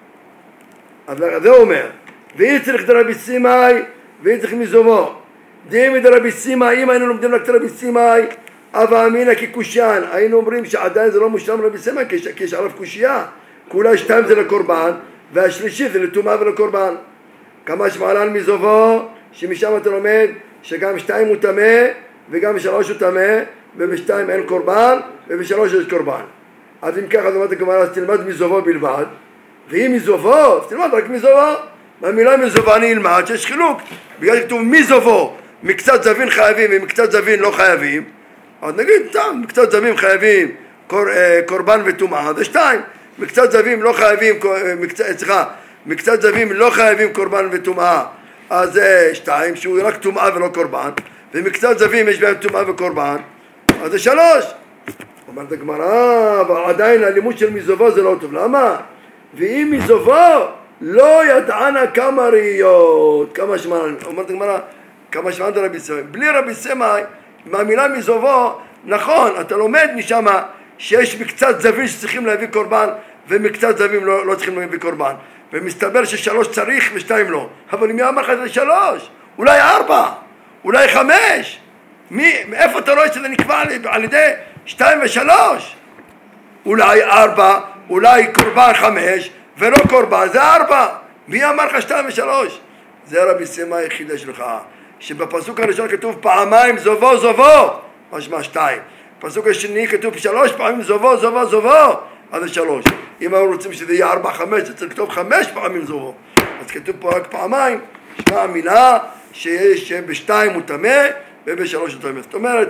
אז זה אומר, ואי צריך את רבי סימאי ואי צריך מזובו. דהימי דרבי סימאי, אם היינו לומדים רק את רבי סימאי אבא אמינא כקושיין, היינו אומרים שעדיין זה לא מושלם רבי סימאי, כי יש עליו קושייה, כי אולי שתיים זה לקורבן והשלישי זה לטומאה ולקורבן. כמה שמעלן מזובו, שמשם אתה לומד שגם שתיים הוא טמא וגם שלוש הוא טמא, ובשתיים אין קורבן ובשלוש יש קורבן. אז אם ככה, זאת אומרת הגמרא, אז תלמד מזובו בלבד, ואם מזובו, אז תלמד רק מזובו. מהמילה מזובו אני אלמד שיש חילוק, בגלל שכתוב מזובו, מקצת זווין חייבים ומקצת זווין לא חייבים, אז נגיד, טוב, מקצת זווין חייבים קור, קורבן וטומאה, זה שתיים. מקצת זווין לא חייבים, מקצת, סליחה, מקצת זווין לא חייבים קורבן וטומאה, אז זה שתיים, שהוא רק טומאה ולא קורבן, ומקצת זווין יש בהם טומאה וקורבן, אז זה שלוש. אומרת הגמרא, אבל עדיין הלימוד של מזובו זה לא טוב. למה? ואם מזובו לא ידענה כמה ראיות, כמה שמען, אומרת הגמרא, כמה שמען זה רבי סימאי. בלי רבי סימאי, מהמילה מזובו, נכון, אתה לומד משם שיש מקצת זווין שצריכים להביא קורבן, ומקצת זווין לא, לא צריכים להביא קורבן. ומסתבר ששלוש צריך ושתיים לא. אבל מי אמר לך זה שלוש? אולי ארבע, אולי חמש. מי, מאיפה אתה רואה שזה נקבע על ידי שתיים ושלוש? אולי ארבע, אולי קורבן חמש, ולא קורבן, זה ארבע. מי אמר לך שתיים ושלוש? זה רבי סימאי חידש לך, שבפסוק הראשון כתוב פעמיים זובו זובו, משמע שתיים. בפסוק השני כתוב שלוש פעמים זובו זובו זובו, אז זה שלוש. אם אנחנו רוצים שזה יהיה ארבע חמש, צריך לכתוב חמש פעמים זובו. אז כתוב פה רק פעמיים, שמה המילה שיש בשתיים הוא טמא, ובשלוש הוא טמא. זאת אומרת,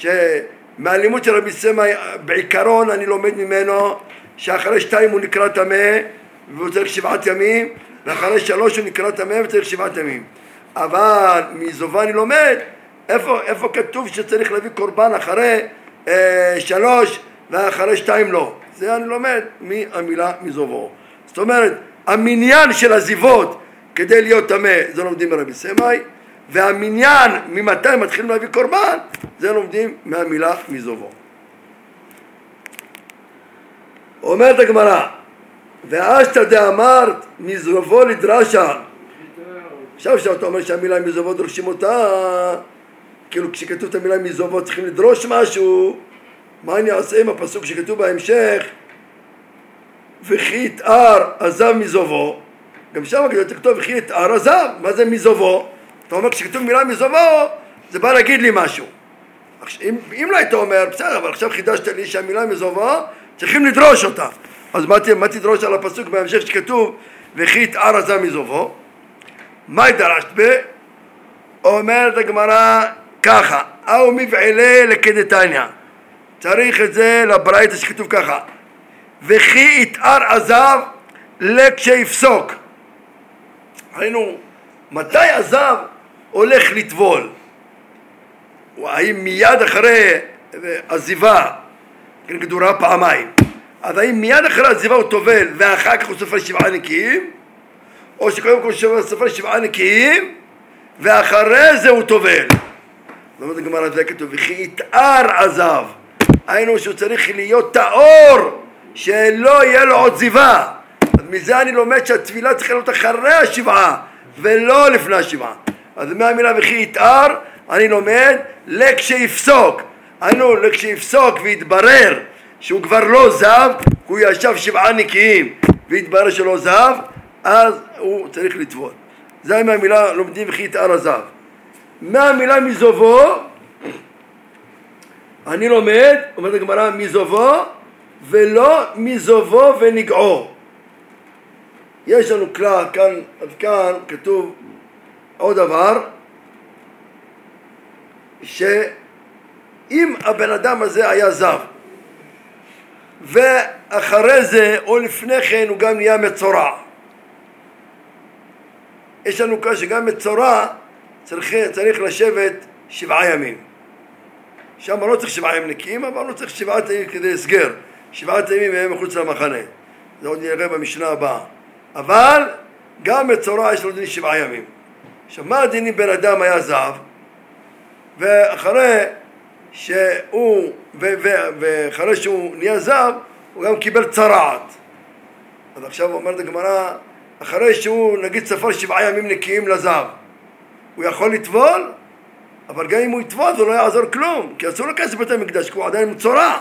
שמהלימוד של רבי סימאי, בעיקרון אני לומד ממנו, שאחרי שתיים הוא נקרא טמא, והוא צריך שבעת ימים, ואחרי שלוש הוא נקרא טמא וצריך שבעת ימים. אבל מזובו אני לומד, איפה, איפה כתוב שצריך להביא קורבן אחרי אה, שלוש, ואחרי שתיים לא. זה אני לומד מהמילה מזובו. זאת אומרת, המניין של הזיוות כדי להיות טמא, זה לומדים מרבי סימאי, והמניין ממתי מתחילים להביא קורבן, זה לומדים מהמילה מזובו. אומרת הגמרא, ואשתא דאמרת מזובו לדרשה. עכשיו שאתה אומר שהמילה מזובו דורשים אותה, כאילו כשכתוב את המילה מזובו צריכים לדרוש משהו, מה אני אעשה עם הפסוק שכתוב בהמשך, וכי יתאר עזב מזובו, גם שם כתוב וכי יתאר עזב, מה זה מזובו? אתה אומר כשכתוב מילה מזובו, זה בא להגיד לי משהו. אם, אם לא היית אומר, בסדר, אבל עכשיו חידשת לי שהמילה מזובו, צריכים לדרוש אותה. אז מה, מה תדרוש על הפסוק בהמשך שכתוב וכי יתאר עזב מזובו? מה דרשת ב? אומרת הגמרא ככה, אהו מבעלה לקדתניא, צריך את זה לברייתא שכתוב ככה, וכי יתאר עזב לכשיפסוק. היינו, מתי עזב הולך לטבול? האם מיד אחרי עזיבה, גדורה פעמיים, אז האם מיד אחרי עזיבה הוא טובל ואחר כך הוא סופר שבעה נקיים, או שקודם כל הוא סופר שבעה נקיים ואחרי זה הוא טובל? זאת אומרת הגמרא זה כתוב וכי יתאר עזב, היינו שהוא צריך להיות טהור שלא יהיה לו עוד זיבה. אז מזה אני לומד שהטבילה צריכה להיות אחרי השבעה ולא לפני השבעה. אז מהמילה וכי יתאר אני לומד לכשיפסוק, היינו לכשיפסוק ויתברר שהוא כבר לא זב, הוא ישב שבעה נקיים ויתברר שלא זב, אז הוא צריך לטבול. זה מהמילה לומדים וכי יתאר עזב. מהמילה מזובו אני לומד, אומרת הגמרא, מזובו ולא מזובו ונגעו. יש לנו כלל כאן, עד כאן כתוב עוד דבר, שאם הבן אדם הזה היה זב ואחרי זה או לפני כן הוא גם נהיה מצורע, יש לנו כאן שגם מצורע צריך, צריך לשבת שבעה ימים. שם לא צריך שבעה ימים נקיים, אבל לא צריך שבעת ימים כדי הסגר, שבעת ימים הם מחוץ למחנה, זה עוד נראה במשנה הבאה. אבל גם מצורע יש לו דין שבעה ימים. עכשיו מה הדין אם בן אדם היה זב ואחרי שהוא ו- ו- ואחרי שהוא נהיה זב הוא גם קיבל צרעת? אז עכשיו אומרת הגמרא, אחרי שהוא נגיד ספר שבעה ימים נקיים לזב הוא יכול לטבול, אבל גם אם הוא יטבול זה לא יעזור כלום, כי אסור להיכנס לבית המקדש כי הוא עדיין מצורע.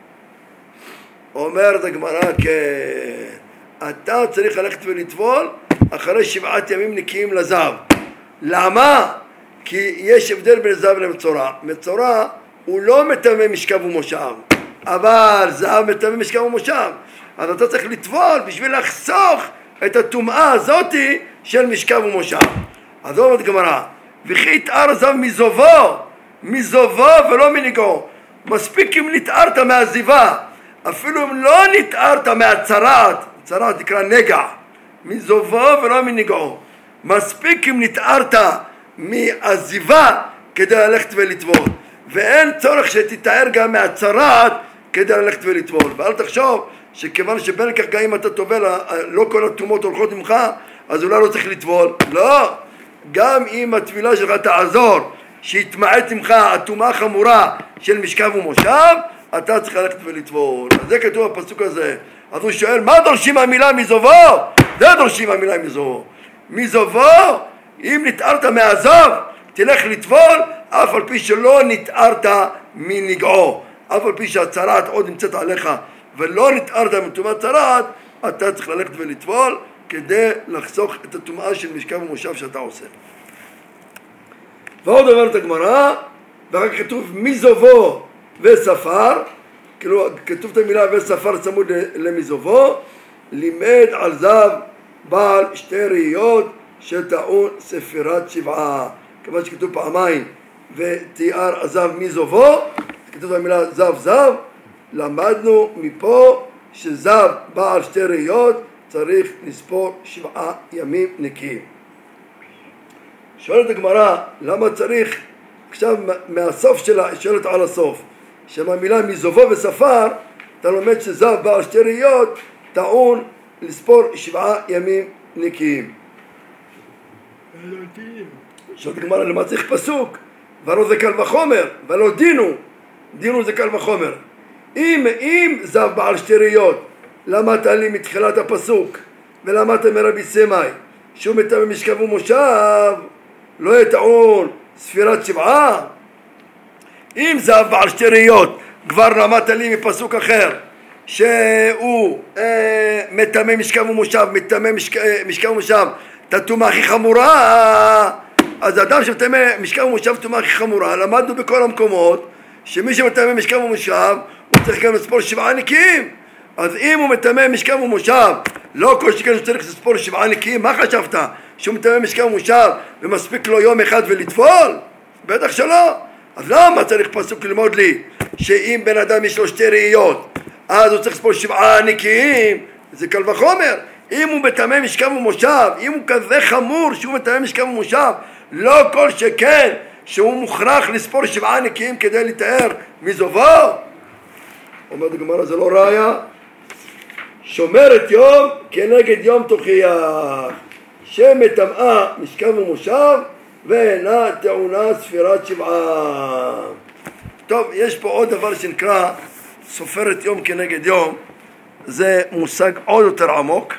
אומרת הגמרא, כן, אתה צריך ללכת ולטבול אחרי שבעת ימים נקיים לזב. למה? כי יש הבדל בין זב למצורע. מצורע הוא לא מטמא משכב ומושב, אבל זב מטמא משכב ומושב. אז אתה צריך לטבול בשביל לחסוך את הטומאה הזאתי של משכב ומושב. אז אומרת גמרא, וכי יתאר זב מזובו, מזובו ולא מנגעו. מספיק אם נתארת מהזיבה, אפילו אם לא נתארת מהצרעת, צרעת נקרא נגע, מזובו ולא מנגעו. מספיק אם נתארת מהזיבה כדי ללכת ולטבול, ואין צורך שתתאר גם מהצרעת כדי ללכת ולטבול. ואל תחשוב שכיוון שבין כך גם אם אתה טובל לא כל התומות הולכות ממך אז אולי לא צריך לטבול. לא, גם אם התבילה שלך תעזור שיתמעט ממך התומה החמורה של משכב ומושב, אתה צריך ללכת ולטבול. אז זה כתוב בפסוק הזה. אז הוא שואל, מה דורשים המילה מזובו? זה דורשים המילה מזובו. מזובו, אם נתארת מהזב, תלך לטבול, אף על פי שלא נתארת מנגעו. אף על פי שהצרעת עוד נמצאת עליך ולא נתארת מטומאת צרעת, אתה צריך ללכת ולטבול כדי לחסוך את הטומאה של משכב ומושב שאתה עושה. ועוד אומרת הגמרא, ואחר כך כתוב מזובו וספר, כאילו כתוב את המילה וספר צמוד למזובו, לימד על זב בעל שתי ראיות שטעון ספירת שבעה. כיוון שכתוב פעמיים ותיאר הזב מזובו, כתוב את המילה זב זב, למדנו מפה שזב בעל שתי ראיות צריך לספור שבעה ימים נקיים. שואלת הגמרא, למה צריך, עכשיו מהסוף שלה, שואלת על הסוף, שמהמילה מזובו וספר, אתה לומד שזב בעל שתי ראיות טעון לספור שבעה ימים נקיים. שואלת הגמרא, למה צריך פסוק? ולא זה קל וחומר, ולא דינו, דינו זה קל וחומר. אם, אם זב בעל שתי ראיות, למדת לי מתחילת הפסוק, ולמדת מרבי סמאי, שהוא מטמא משכב ומושב, לא יטעון ספירת שבעה. אם זב בעל שתי ראיות, כבר למדת לי מפסוק אחר, שהוא אה, מטמא משכב ומושב, מטמא משכב, משכב ומושב, את הטומאה הכי חמורה, אז אדם שמטמא משכב ומושב טומאה הכי חמורה, למדנו בכל המקומות, שמי שמטמא משכב ומושב, הוא צריך גם לספור שבעה נקיים. אז אם הוא מטמא משכב ומושב, לא כל שכן שהוא צריך לספור שבעה נקיים, מה חשבת? שהוא מטמא משכב ומושב ומספיק לו יום אחד ולטבול? בטח שלא. אז למה צריך פסוק ללמוד לי שאם בן אדם יש לו שתי ראיות אז הוא צריך לספור שבעה נקיים, זה קל וחומר. אם הוא מטמא משכב ומושב, אם הוא כזה חמור שהוא מטמא משכב ומושב, לא כל שכן שהוא מוכרח לספור שבעה נקיים כדי לתאר מזובו. אומרת הגמרא, זה לא ראיה. שומרת יום כנגד יום תוכיח, שמטמאה משכב ומושב ואינה טעונה ספירת שבעה. טוב, יש פה עוד דבר שנקרא סופרת יום כנגד יום. זה מושג עוד יותר עמוק,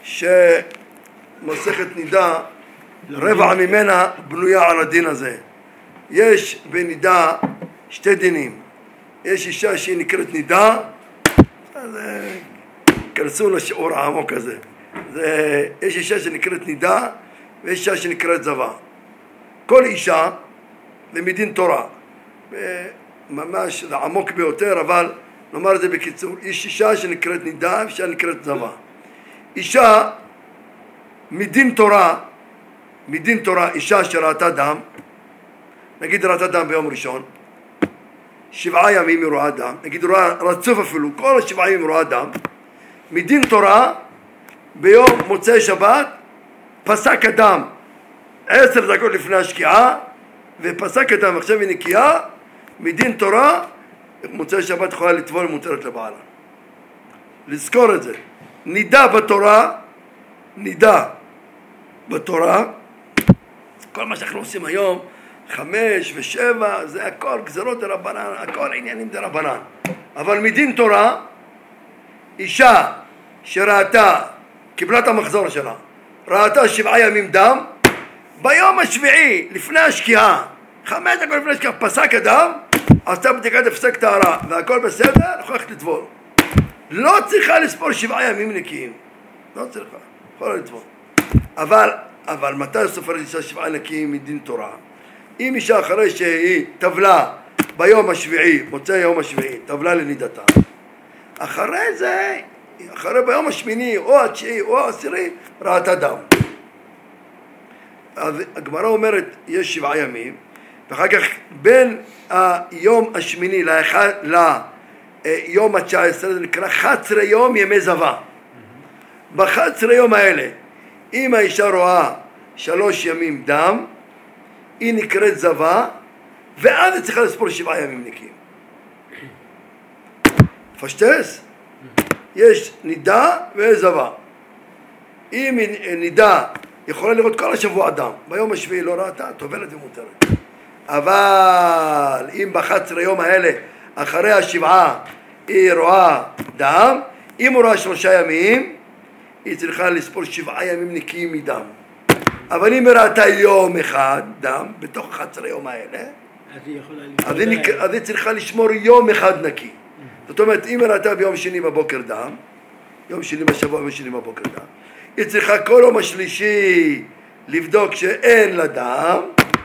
שמסכת נידה רבע ממנה בנויה על הדין הזה. יש בנידה שתי דינים. יש אישה שהיא נקראת נידה, אז כנסו לשיעור העמוק הזה. זה, יש אישה שנקראת נידה ויש אישה שנקראת זבה. כל אישה במדין תורה, ממש זה עמוק ביותר, אבל נאמר את זה בקיצור. יש אישה שנקראת נידה ואישה נקראת זבה. אישה מדין תורה, מדין תורה, אישה שראתה דם, נגיד ראתה דם ביום ראשון, שבעה ימים היא רואה דם, נגיד רואה רצוף אפילו, כל השבעה ימים היא רואה דם, מדין תורה ביום מוצאי שבת פסק הדם עשר דקות לפני השקיעה, ופסק הדם עכשיו היא נקייה, מדין תורה מוצאי שבת יכולה לטבול ומותרת לבעלה. לזכור את זה. נידה בתורה, נידה בתורה, כל מה שאנחנו עושים היום, חמש ושבע, זה הכל גזרות דרבנן, הכל עניינים דרבנן. אבל מדין תורה, אישה שראתה, קיבלה את המחזור שלה, ראתה שבעה ימים דם, ביום השביעי, לפני השקיעה, חמש דקות לפני השקיעה, פסק הדם, עשתה בדיקת הפסק טהרה, והכל בסדר, הולכת לטבול. לא צריכה לספור שבעה ימים נקיים. לא צריכה, יכולה לטבול. אבל, אבל מתי סופרת אישה שבעה נקיים מדין תורה? אם אישה אחרי שהיא טבלה ביום השביעי, מוצא יום השביעי, טבלה לנידתה, אחרי זה, אחרי ביום השמיני, או התשיעי, או העשירי, ראתה דם. אז הגמרא אומרת, יש שבעה ימים, ואחר כך בין היום השמיני לאחד, ליום התשע עשרה, זה נקרא אחת עשרה יום ימי זבה. ב-אחד עשר יום האלה, אם האישה רואה שלוש ימים דם, היא נקראת זבה, ואז היא צריכה לספור שבעה ימים נקיים. פשטס? יש נידה ויש זבה. אם נידה יכולה לראות כל השבוע דם, ביום השביעי לא ראתה, טובלת ומותרת. אבל אם ב-אחד עשר יום האלה, אחרי השבעה, היא רואה דם, אם הוא רואה שלושה ימים, היא צריכה לספור שבעה ימים נקיים מדם. אבל אם היא ראתה יום אחד דם, בתוך אחד עשר יום האלה, אז היא יכולה אז היא, נק... אז היא צריכה לשמור יום אחד נקי. זאת אומרת, אם היא ראתה ביום שני בבוקר דם, יום שני בשבוע ושני בבוקר דם, היא צריכה כל יום השלישי לבדוק שאין לה דם,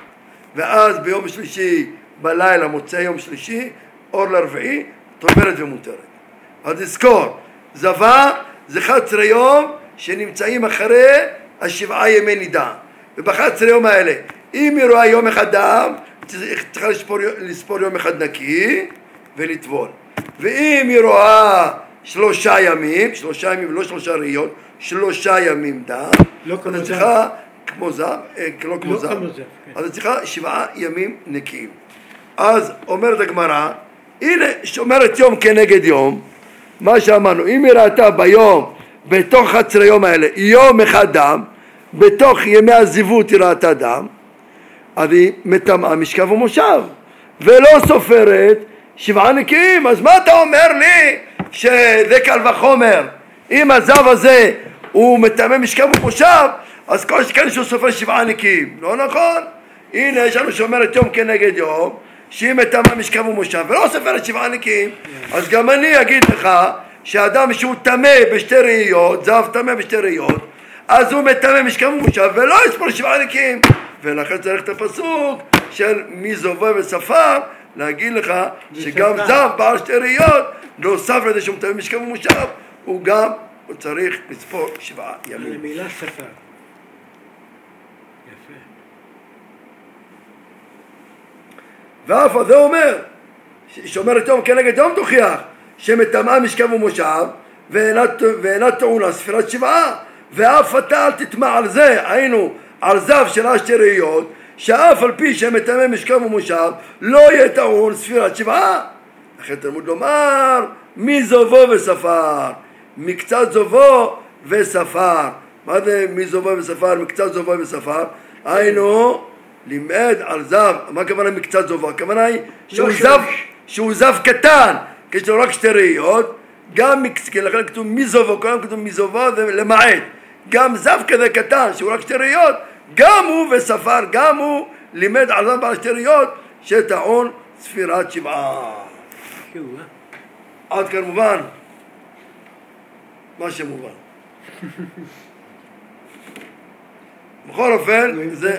ואז ביום שלישי בלילה, מוצא יום שלישי, אור לרביעי, טובלת ומותרת. אז תזכור, זבה זה אחד עשר יום שנמצאים אחרי השבעה ימי נידה. וב-אחד עשר יום האלה, אם היא רואה יום אחד דם, צריכה לספור, לספור יום אחד נקי ולטבול. ואם היא רואה שלושה ימים, שלושה ימים, לא שלושה ראיות, שלושה ימים דם, לא כמו אז זב. צריכה, כמו זב, אה, לא כמו לא זב, כמו זב, כן. אז צריכה שבעה ימים נקיים. אז אומרת הגמרא, הנה שומרת יום כנגד יום, מה שאמרנו, אם היא ראתה ביום, בתוך עשר יום האלה, יום אחד דם, בתוך ימי הזיוות היא ראתה דם, אז היא מטמאה משכב ומושב, ולא סופרת שבעה נקיים. אז מה אתה אומר לי שזה קל וחומר? אם הזב הזה הוא מטמא משכב ומושב, אז כל שכן שהוא סופר שבעה נקיים. לא נכון. הנה יש לנו שומרת יום כנגד יום, שהיא מטמאה משכב ומושב ולא סופרת שבעה נקיים. אז גם אני אגיד לך שאדם שהוא טמא בשתי ראיות, זב טמא בשתי ראיות, אז הוא מטמא משכב ומושב ולא יספור שבעה נקיים. ולכן צריך את הפסוק של מי זובה וספר להגיד לך שגם זב בעל שתי ראיות, נוסף לזה שהוא מטמא משכב ומושב, הוא גם הוא צריך לספור שבעה ימים. על המילה ספר. יפה. ואף הזה אומר שומרת יום כנגד יום תוכיח, שמטמאה משכב ומושב, ואינה, ואינה טעונה ספירת שבעה, ואף אתה אל תטמע על זה, היינו על זב של שתי ראיות, שאף על פי שמטמא משכב ומושב, לא יהיה טעון ספירת שבעה. לכן תלמוד לומר, מי זובו וספר, מקצת זובו וספר. מה זה מי זובו וספר, מקצת זובו וספר? היינו, לימד על זב. מה הכוונה מקצת זובו? הכוונה היא שהוא זב, שהוא זב קטן, כי יש לו רק שתי ראיות, גם מקצת, לכן כתוב מי זובו, כולם כתוב מי זובו ולמעט. גם זב כזה קטן, שהוא רק שתי ראיות, גם הוא וספר, גם הוא לימד על זב בעל שתי ראיות, שטעון ספירת שבעה. עד כאן מובן? מה שמובן. בכל אופן, זה...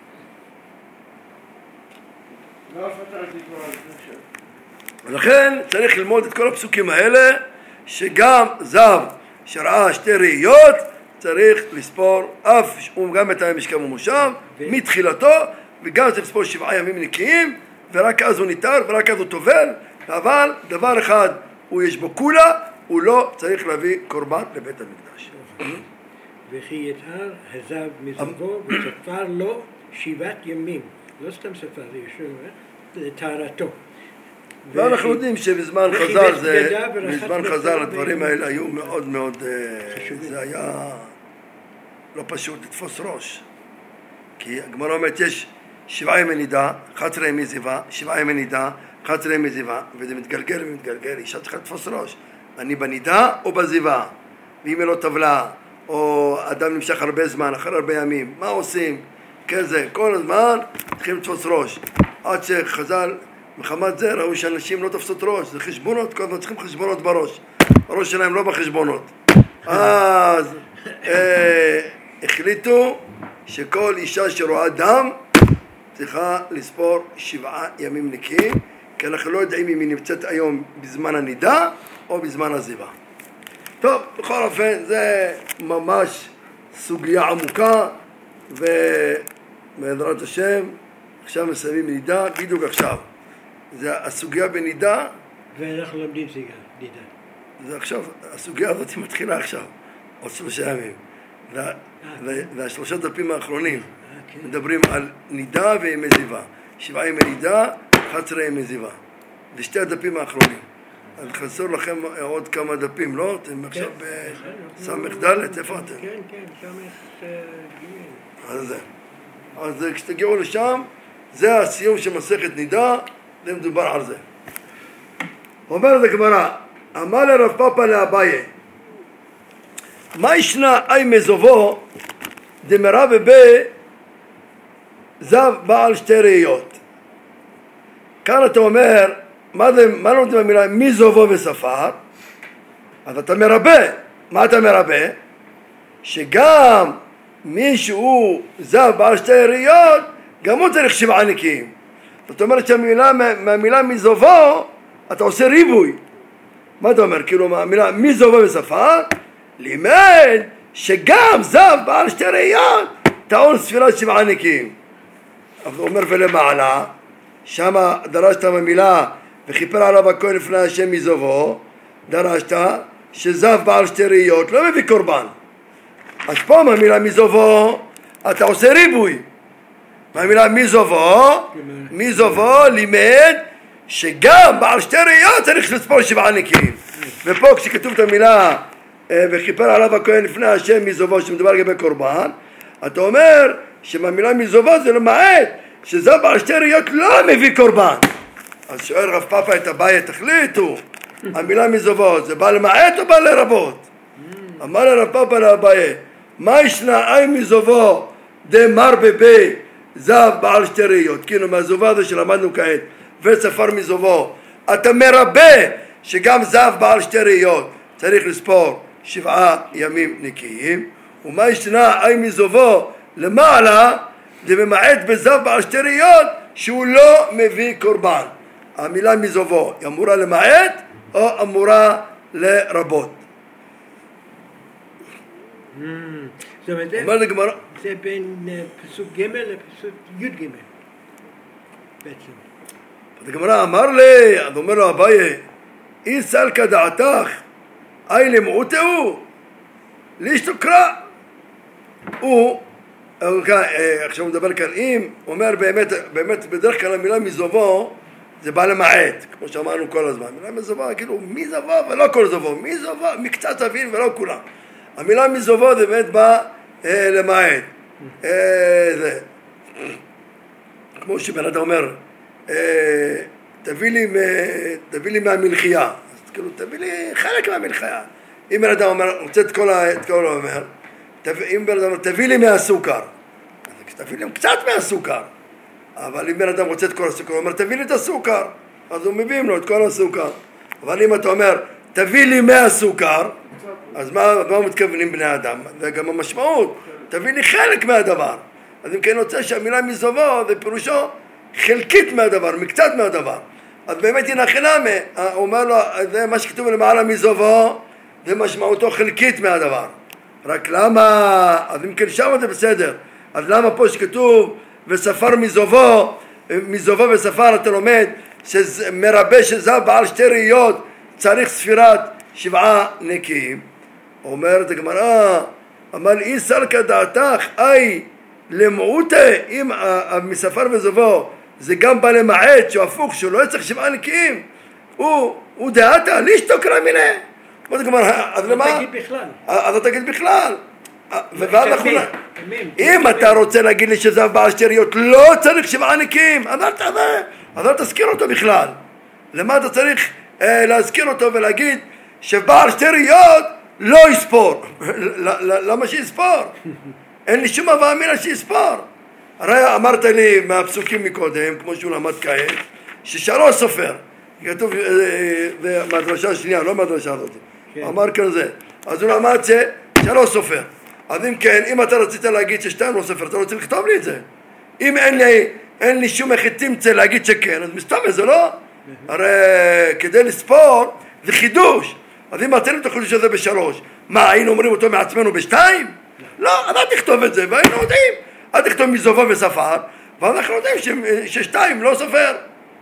לא פתרתי כבר על זה. לכן צריך ללמוד את כל הפסוקים האלה, שגם זב שראה שתי ראיות, צריך לספור אף שהוא גם מטמא משכב ומושב, מתחילתו, וגם צריך לספור שבעה ימים נקיים, ורק אז הוא ניתר, ורק אז הוא טובל, אבל דבר אחד, הוא יש בו כולה, הוא לא צריך להביא קורבן לבית המקדש. וכי יתר הזב מזבו וספר לו שבעת ימים, לא סתם ספר, זה טהרתו. ואנחנו יודעים שבזמן חז"ל, זה, בזמן חז"ל הדברים האלה היו מאוד מאוד, זה היה לא פשוט לתפוס ראש. כי הגמרא אומרת, יש שבעה ימי נידה, אחד עשר ימי זיווה, שבעה ימי נידה, אחד עשר ימי זיווה, וזה מתגלגל ומתגלגל, אישה צריכה לתפוס ראש. אני בנידה או בזיווה? ואם היא לא טבלה, או אדם נמשך הרבה זמן, אחר הרבה ימים, מה עושים? כזה, כל הזמן צריכים לתפוס ראש. עד שחז"ל, מחמת זה ראו שאנשים לא תפסות ראש, זה חשבונות, כל הזמן צריכים חשבונות בראש. הראש שלהם לא בחשבונות. אז אה, החליטו שכל אישה שרואה דם צריכה לספור שבעה ימים נקיים, כי אנחנו לא יודעים אם היא נמצאת היום בזמן הנידה או בזמן הזיווה. טוב, בכל אופן זה ממש סוגיה עמוקה, ובעזרת השם עכשיו מסיימים נידה, בדיוק עכשיו. זה הסוגיה בנידה. ואנחנו לומדים סיגה, נידה. זה עכשיו, הסוגיה הזאת מתחילה עכשיו, עוד שלושה ימים. והשלושה דפים האחרונים מדברים על נידה וימי זיווה. שבעה ימי נידה, אחד עשר ימי זיווה. זה שתי הדפים האחרונים. אז חסר לכם עוד כמה דפים, לא? אתם עכשיו בסמך ד', איפה אתם? כן, כן, סמך ג'. אז זה. אז כשתגיעו לשם, זה הסיום של מסכת נידה, זה מדובר על זה. אומרת הגמרא, אמר לרב פאפא לאביי, מה ישנה אי מזובו דמרא בבי זב בעל שתי ראיות? כאן אתה אומר, מה, זה, מה לומדים במילה מי זובו וספר? אז אתה מרבה. מה אתה מרבה? שגם מי שהוא זב בעל שתי ראיות, גם הוא צריך שבעה נקיים. זאת אומרת שהמילה, מהמילה מי זובו, אתה עושה ריבוי. מה אתה אומר? כאילו מהמילה מי זובו וספר, לימד שגם זב בעל שתי ראיות, טעון ספירת שבעה נקיים. אז הוא אומר ולמעלה, שמה דרשת מהמילה וכיפר עליו הכהן לפני השם מזובו, דרשת שזב בעל שתי ראיות לא מביא קורבן. אז פה מהמילה מזובו אתה עושה ריבוי. מהמילה מזובו, מזובו לימד שגם בעל שתי ראיות צריך לספור שבעה נקיים. ופה כשכתוב את המילה וכיפר עליו הכהן לפני השם מזובו שמדובר לגבי קורבן, אתה אומר שמהמילה מזובו זה למעט שזב בעל שתי ראיות לא מביא קורבן. אז שואל רב פאפא את אביי, תחליטו, המילה מזובו זה בא למעט או בא לרבות? אמר לרב פאפא לאביי, מה ישנה אי מזובו דמר בבי זב בעל שתי ראיות? כאילו מהזובה הזה שלמדנו כעת וספר מזובו, אתה מרבה שגם זב בעל שתי ראיות צריך לספור שבעה ימים נקיים. ומה ישנה אי מזובו למעלה דממעט בזב בעל שתי ראיות שהוא לא מביא קורבן? המילה מזובו היא אמורה למעט או אמורה לרבות? זאת אומרת, זה בין פסוק ג' לפסוק י' ג' בעצם. אז הגמרא אמר לי, אז אומר לו אביי, אי סלקא דעתך, אי למעוטהו, לישתו קרא. הוא, עכשיו הוא מדבר כאן, אם, הוא אומר באמת, באמת בדרך כלל המילה מזובו, זה בא למעט, כמו שאמרנו כל הזמן. המילה מזובו, כאילו, מי זובו ולא כל זובו, מי זובו, מקצת אבין ולא כולם. המילה מזובו זה באמת בא אה, למעט. אה, זה. כמו שבן אדם אומר, אה, תביא לי, תביא לי מהמלחייה. אז כאילו, תביא לי חלק מהמלחייה. אם בן אדם אומר, רוצה את כל ה... את כל האומר, אם בן אדם אומר, תביא לי מהסוכר. אז תביא לי קצת מהסוכר. אבל אם בן אדם רוצה את כל הסוכר, הוא אומר, תביא לי את הסוכר. אז הוא מביאים לו את כל הסוכר. אבל אם אתה אומר, תביא לי מהסוכר, אז מה, מה מתכוונים בני אדם? זה גם המשמעות. תביא לי חלק מהדבר. אז אם כן רוצה שהמילה מזובו, זה פירושו חלקית מהדבר, מקצת מהדבר. אז באמת הנה חינמי, הוא אומר לו, זה מה שכתוב למעלה מזובו, זה משמעותו חלקית מהדבר. רק למה, אז אם כן שם זה בסדר. אז למה פה שכתוב, וספר מזובו, מזובו וספר אתה לומד, שמרבה שזב בעל שתי ראיות, צריך ספירת שבעה נקיים. אומרת הגמרא, אמר אי סלקא דעתך, אי למעוטה, אם מספר וזובו, זה גם בא למעט, שהוא הפוך, שהוא לא צריך שבעה נקיים, הוא, הוא דעתה, לישתו קרא מיניה. אומרת הגמרא, אז למה? לא תגיד בכלל. אז לא תגיד בכלל. ואז אנחנו... אם אתה רוצה להגיד לי שזב בעל שתי ראיות, לא צריך שבעה נקיים, אז אל תזכיר אותו בכלל. למה אתה צריך להזכיר אותו ולהגיד שבעל שתי ראיות לא יספור? למה שיספור? אין לי שום הווה אמינה שיספור. הרי אמרת לי מהפסוקים מקודם, כמו שהוא למד כעת, ששלוש סופר. כתוב, זה מהדרשה השנייה, לא מהדרשה הזאת. אמר כאן זה. אז הוא למד ששלוש סופר. אז אם כן, אם אתה רצית להגיד ששתיים לא סופר, אתה רוצה לכתוב לי את זה. אם אין לי, אין לי שום איך תמצא להגיד שכן, אז מסתובב, זה לא? הרי כדי לספור, זה חידוש. אז אם אתם תחושו שזה בשלוש, מה, היינו אומרים אותו מעצמנו בשתיים? לא, אז אל תכתוב את זה, והיינו יודעים. אל תכתוב מזובו וספר, ואנחנו יודעים ששתיים לא סופר.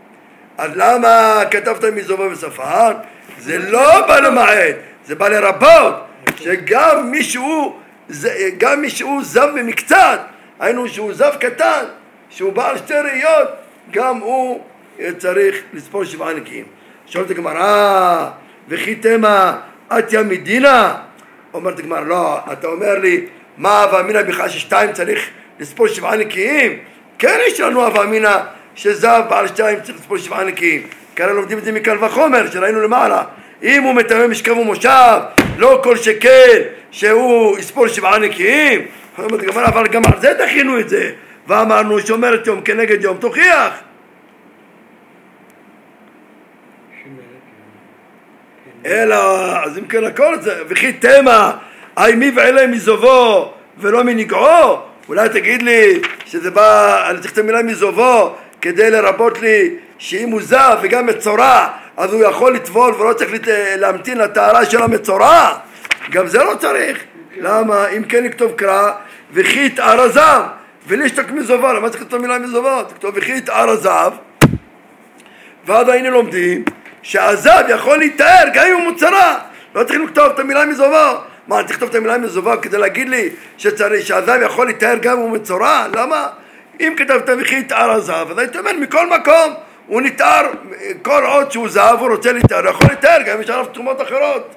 אז למה כתבת מזובו וספר? זה לא בא למעט, זה בא לרבות, שגם מישהו, גם מישהו זב במקצת, היינו שהוא זב קטן, שהוא בעל שתי ראיות, גם הוא צריך לספור שבעה נקיים. שואלת הגמרא, וכי תמה אתיה מדינה? אומרת הגמרא, לא, אתה אומר לי, מה הווה אמינא בכלל ששתיים צריך לספור שבעה נקיים? כן, יש לנו הווה אמינא שזב בעל שתיים צריך לספור שבעה נקיים. כאן לומדים את זה מקל וחומר, שראינו למעלה. אם הוא מטמא משכב ומושב, לא כל שכן שהוא יספור שבעה נקיים. אומרת הגמרא, אבל גם על זה דחינו את זה. ואמרנו שומרת יום כנגד יום תוכיח. אלא, אז אם כן הכל זה, וכי תמה, אי מי ועלה מזובו ולא מנגעו? אולי תגיד לי שזה בא, אני צריך את המילה מזובו כדי לרבות לי שאם הוא זב וגם מצורע, אז הוא יכול לטבול ולא צריך להמתין לטהרה של המצורע. גם זה לא צריך. למה? אם כן לכתוב קרא, וכי יתאר הזב, ולשתק מזובו. למה צריך את המילה מזובו? תכתוב וכי יתאר הזב, ואז היינו לומדים שהזב יכול להתאר גם אם הוא מוצרע. לא צריך לכתוב את המילה מזובו. מה, אני תכתוב את המילה מזובו כדי להגיד לי שצריך, שהזב יכול להתאר גם אם הוא מצורע? למה? אם כתבת וכי יתאר הזב, אז הייתי אומר מכל מקום הוא נתאר, כל עוד שהוא זב הוא רוצה להתאר, הוא יכול להתאר גם אם יש עליו תרומות אחרות.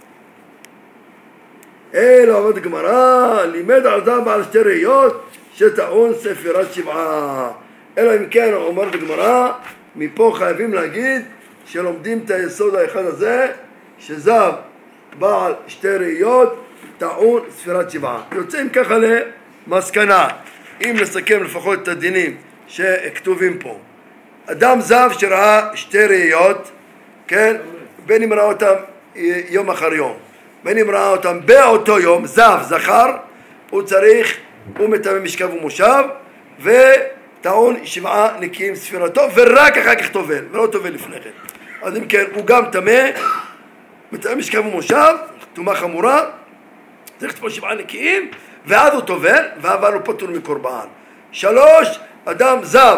אלא עבוד הגמרא, לימד על זב בעל שתי ראיות שטעון ספירת שבעה. אלא אם כן, אומרת הגמרא, מפה חייבים להגיד שלומדים את היסוד האחד הזה, שזב בעל שתי ראיות טעון ספירת שבעה. יוצאים ככה למסקנה, אם נסכם לפחות את הדינים שכתובים פה. אדם זב שראה שתי ראיות, כן, בין אם ראה אותם יום אחר יום, בין אם ראה אותם באותו יום, זב, זכר, הוא צריך, הוא מטמא משכב ומושב, וטעון שבעה נקיים ספירתו, ורק אחר כך טובל, ולא טובל לפני כן. אז אם כן, הוא גם טמא, מטמא משכב ומושב, טומאה חמורה, צריך לטפול שבעה נקיים, ואז הוא טובל, אבל הוא פטור מקורבן. שלוש, אדם זב,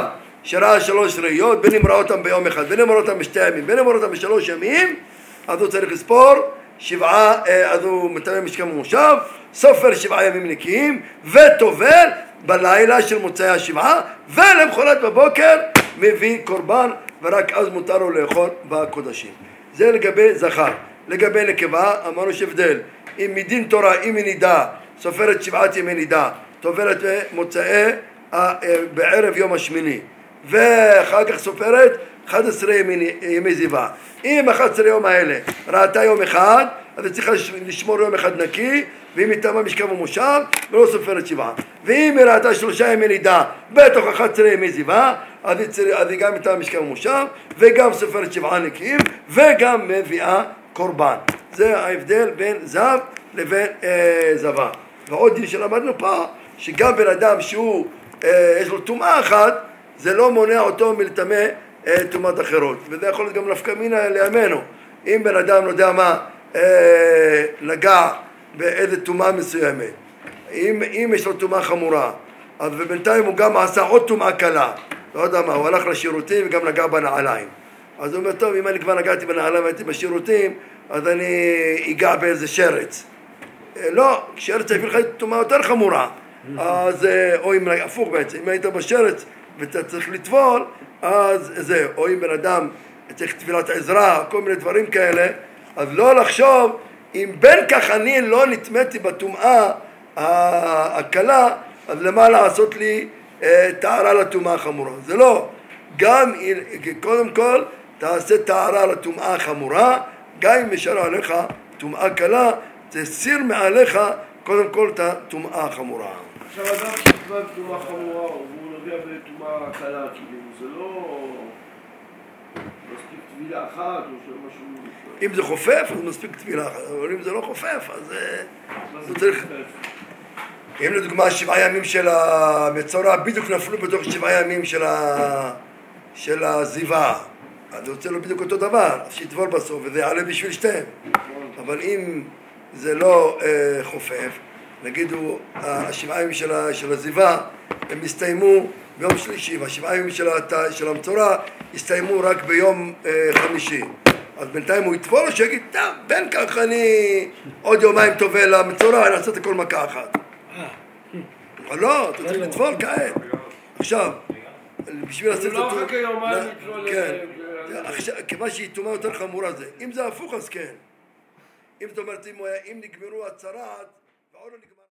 שראה שלוש ראיות, בין אם ראה אותם ביום אחד, בין אם ראה אותם בשתי ימים, בין אם ראה אותם בשלוש ימים, אז הוא צריך לספור שבעה, אז הוא מטמא משכב ומושב, סופר שבעה ימים נקיים, וטובל בלילה של מוצאי השבעה, ולמחרת בבוקר מביא קורבן, ורק אז מותר לו לאכול בקודשים. זה לגבי זכר. לגבי נקבה, אמרנו שהבדל. אם מדין תורה, אם היא נידה, סופרת שבעת ימי נידה, טובלת מוצאי בערב יום השמיני, ואחר כך סופרת אחד עשר ימי, ימי זיווה. אם אחד עשר יום האלה ראתה יום אחד, אז היא צריכה לשמור יום אחד נקי, ואם היא תמה משכב ומושב, ולא סופרת שבעה. ואם היא ראתה שלושה ימי נידה בתוך אחד עשר ימי זיווה, אז היא, צר... אז היא גם תמה משכב ומושב, וגם סופרת שבעה נקיים, וגם מביאה קורבן. זה ההבדל בין זב לבין אה, זבה. ועוד דין שלמדנו פה, שגם בן אדם שהוא, אה, יש לו טומאה אחת, זה לא מונע אותו מלטמא אה, טומאת אחרות. וזה יכול להיות גם נפקא מינה לימינו. אם בן אדם, לא יודע מה, אה, לגע באיזה טומאה מסוימת, אם, אם יש לו טומאה חמורה, אז ובינתיים הוא גם עשה עוד טומאה קלה, לא יודע מה, הוא הלך לשירותים וגם נגע בנעליים. אז הוא אומר, טוב, אם אני כבר נגעתי בנעליים והייתי בשירותים, אז אני אגע באיזה שרץ. לא, שרץ יביא לך טומאה יותר חמורה. אז, או אם, הפוך בעצם, אם היית בשרץ ואתה צריך לטבול, אז זה, או אם בן אדם צריך טבילת עזרה, כל מיני דברים כאלה, אז לא לחשוב, אם בין כך אני לא נטמאתי בטומאה הקלה, אז למה לעשות לי טהרה לטומאה החמורה? זה לא. גם, קודם כל, תעשה טהרה לטומאה החמורה, גם אם ישר עליך טומאה קלה, תסיר מעליך קודם כל את הטומאה החמורה. עכשיו אדם שנטמא בטומאה חמורה, והוא נוגע בטומאה קלה, כאילו, זה לא מספיק טבילה אחת או שמשהו... אם זה חופף, אז מספיק טבילה אחת, אבל אם זה לא חופף, אז הוא צריך... אם לדוגמה שבעה ימים של המצורע בדיוק נפלו בתוך שבעה ימים של, ה... של הזיווה, אז הוא רוצה לו בדיוק אותו דבר, אז שיטבול בסוף וזה יעלה בשביל שתיהם. אבל אם זה לא אה, חופף, נגידו השבעה ימים של, ה... של הזיווה הם הסתיימו ביום שלישי, והשבעה ימים של, הת... של המצורע הסתיימו רק ביום אה, חמישי. אז בינתיים הוא יטבול או שיגיד, בין כך אני עוד יומיים טובל למצורע, אני אעשה את הכל מכה אחת. אבל לא, אתה צריך לטבול כעת. עכשיו, בשביל לעשות את זה... הוא לא חכה יומיים לטבול... כן, כיוון שהיא טומאה יותר חמורה זה. אם זה הפוך אז כן. אם זאת אומרת, אם נגמרו הצרעת, ועוד לא נגמרו...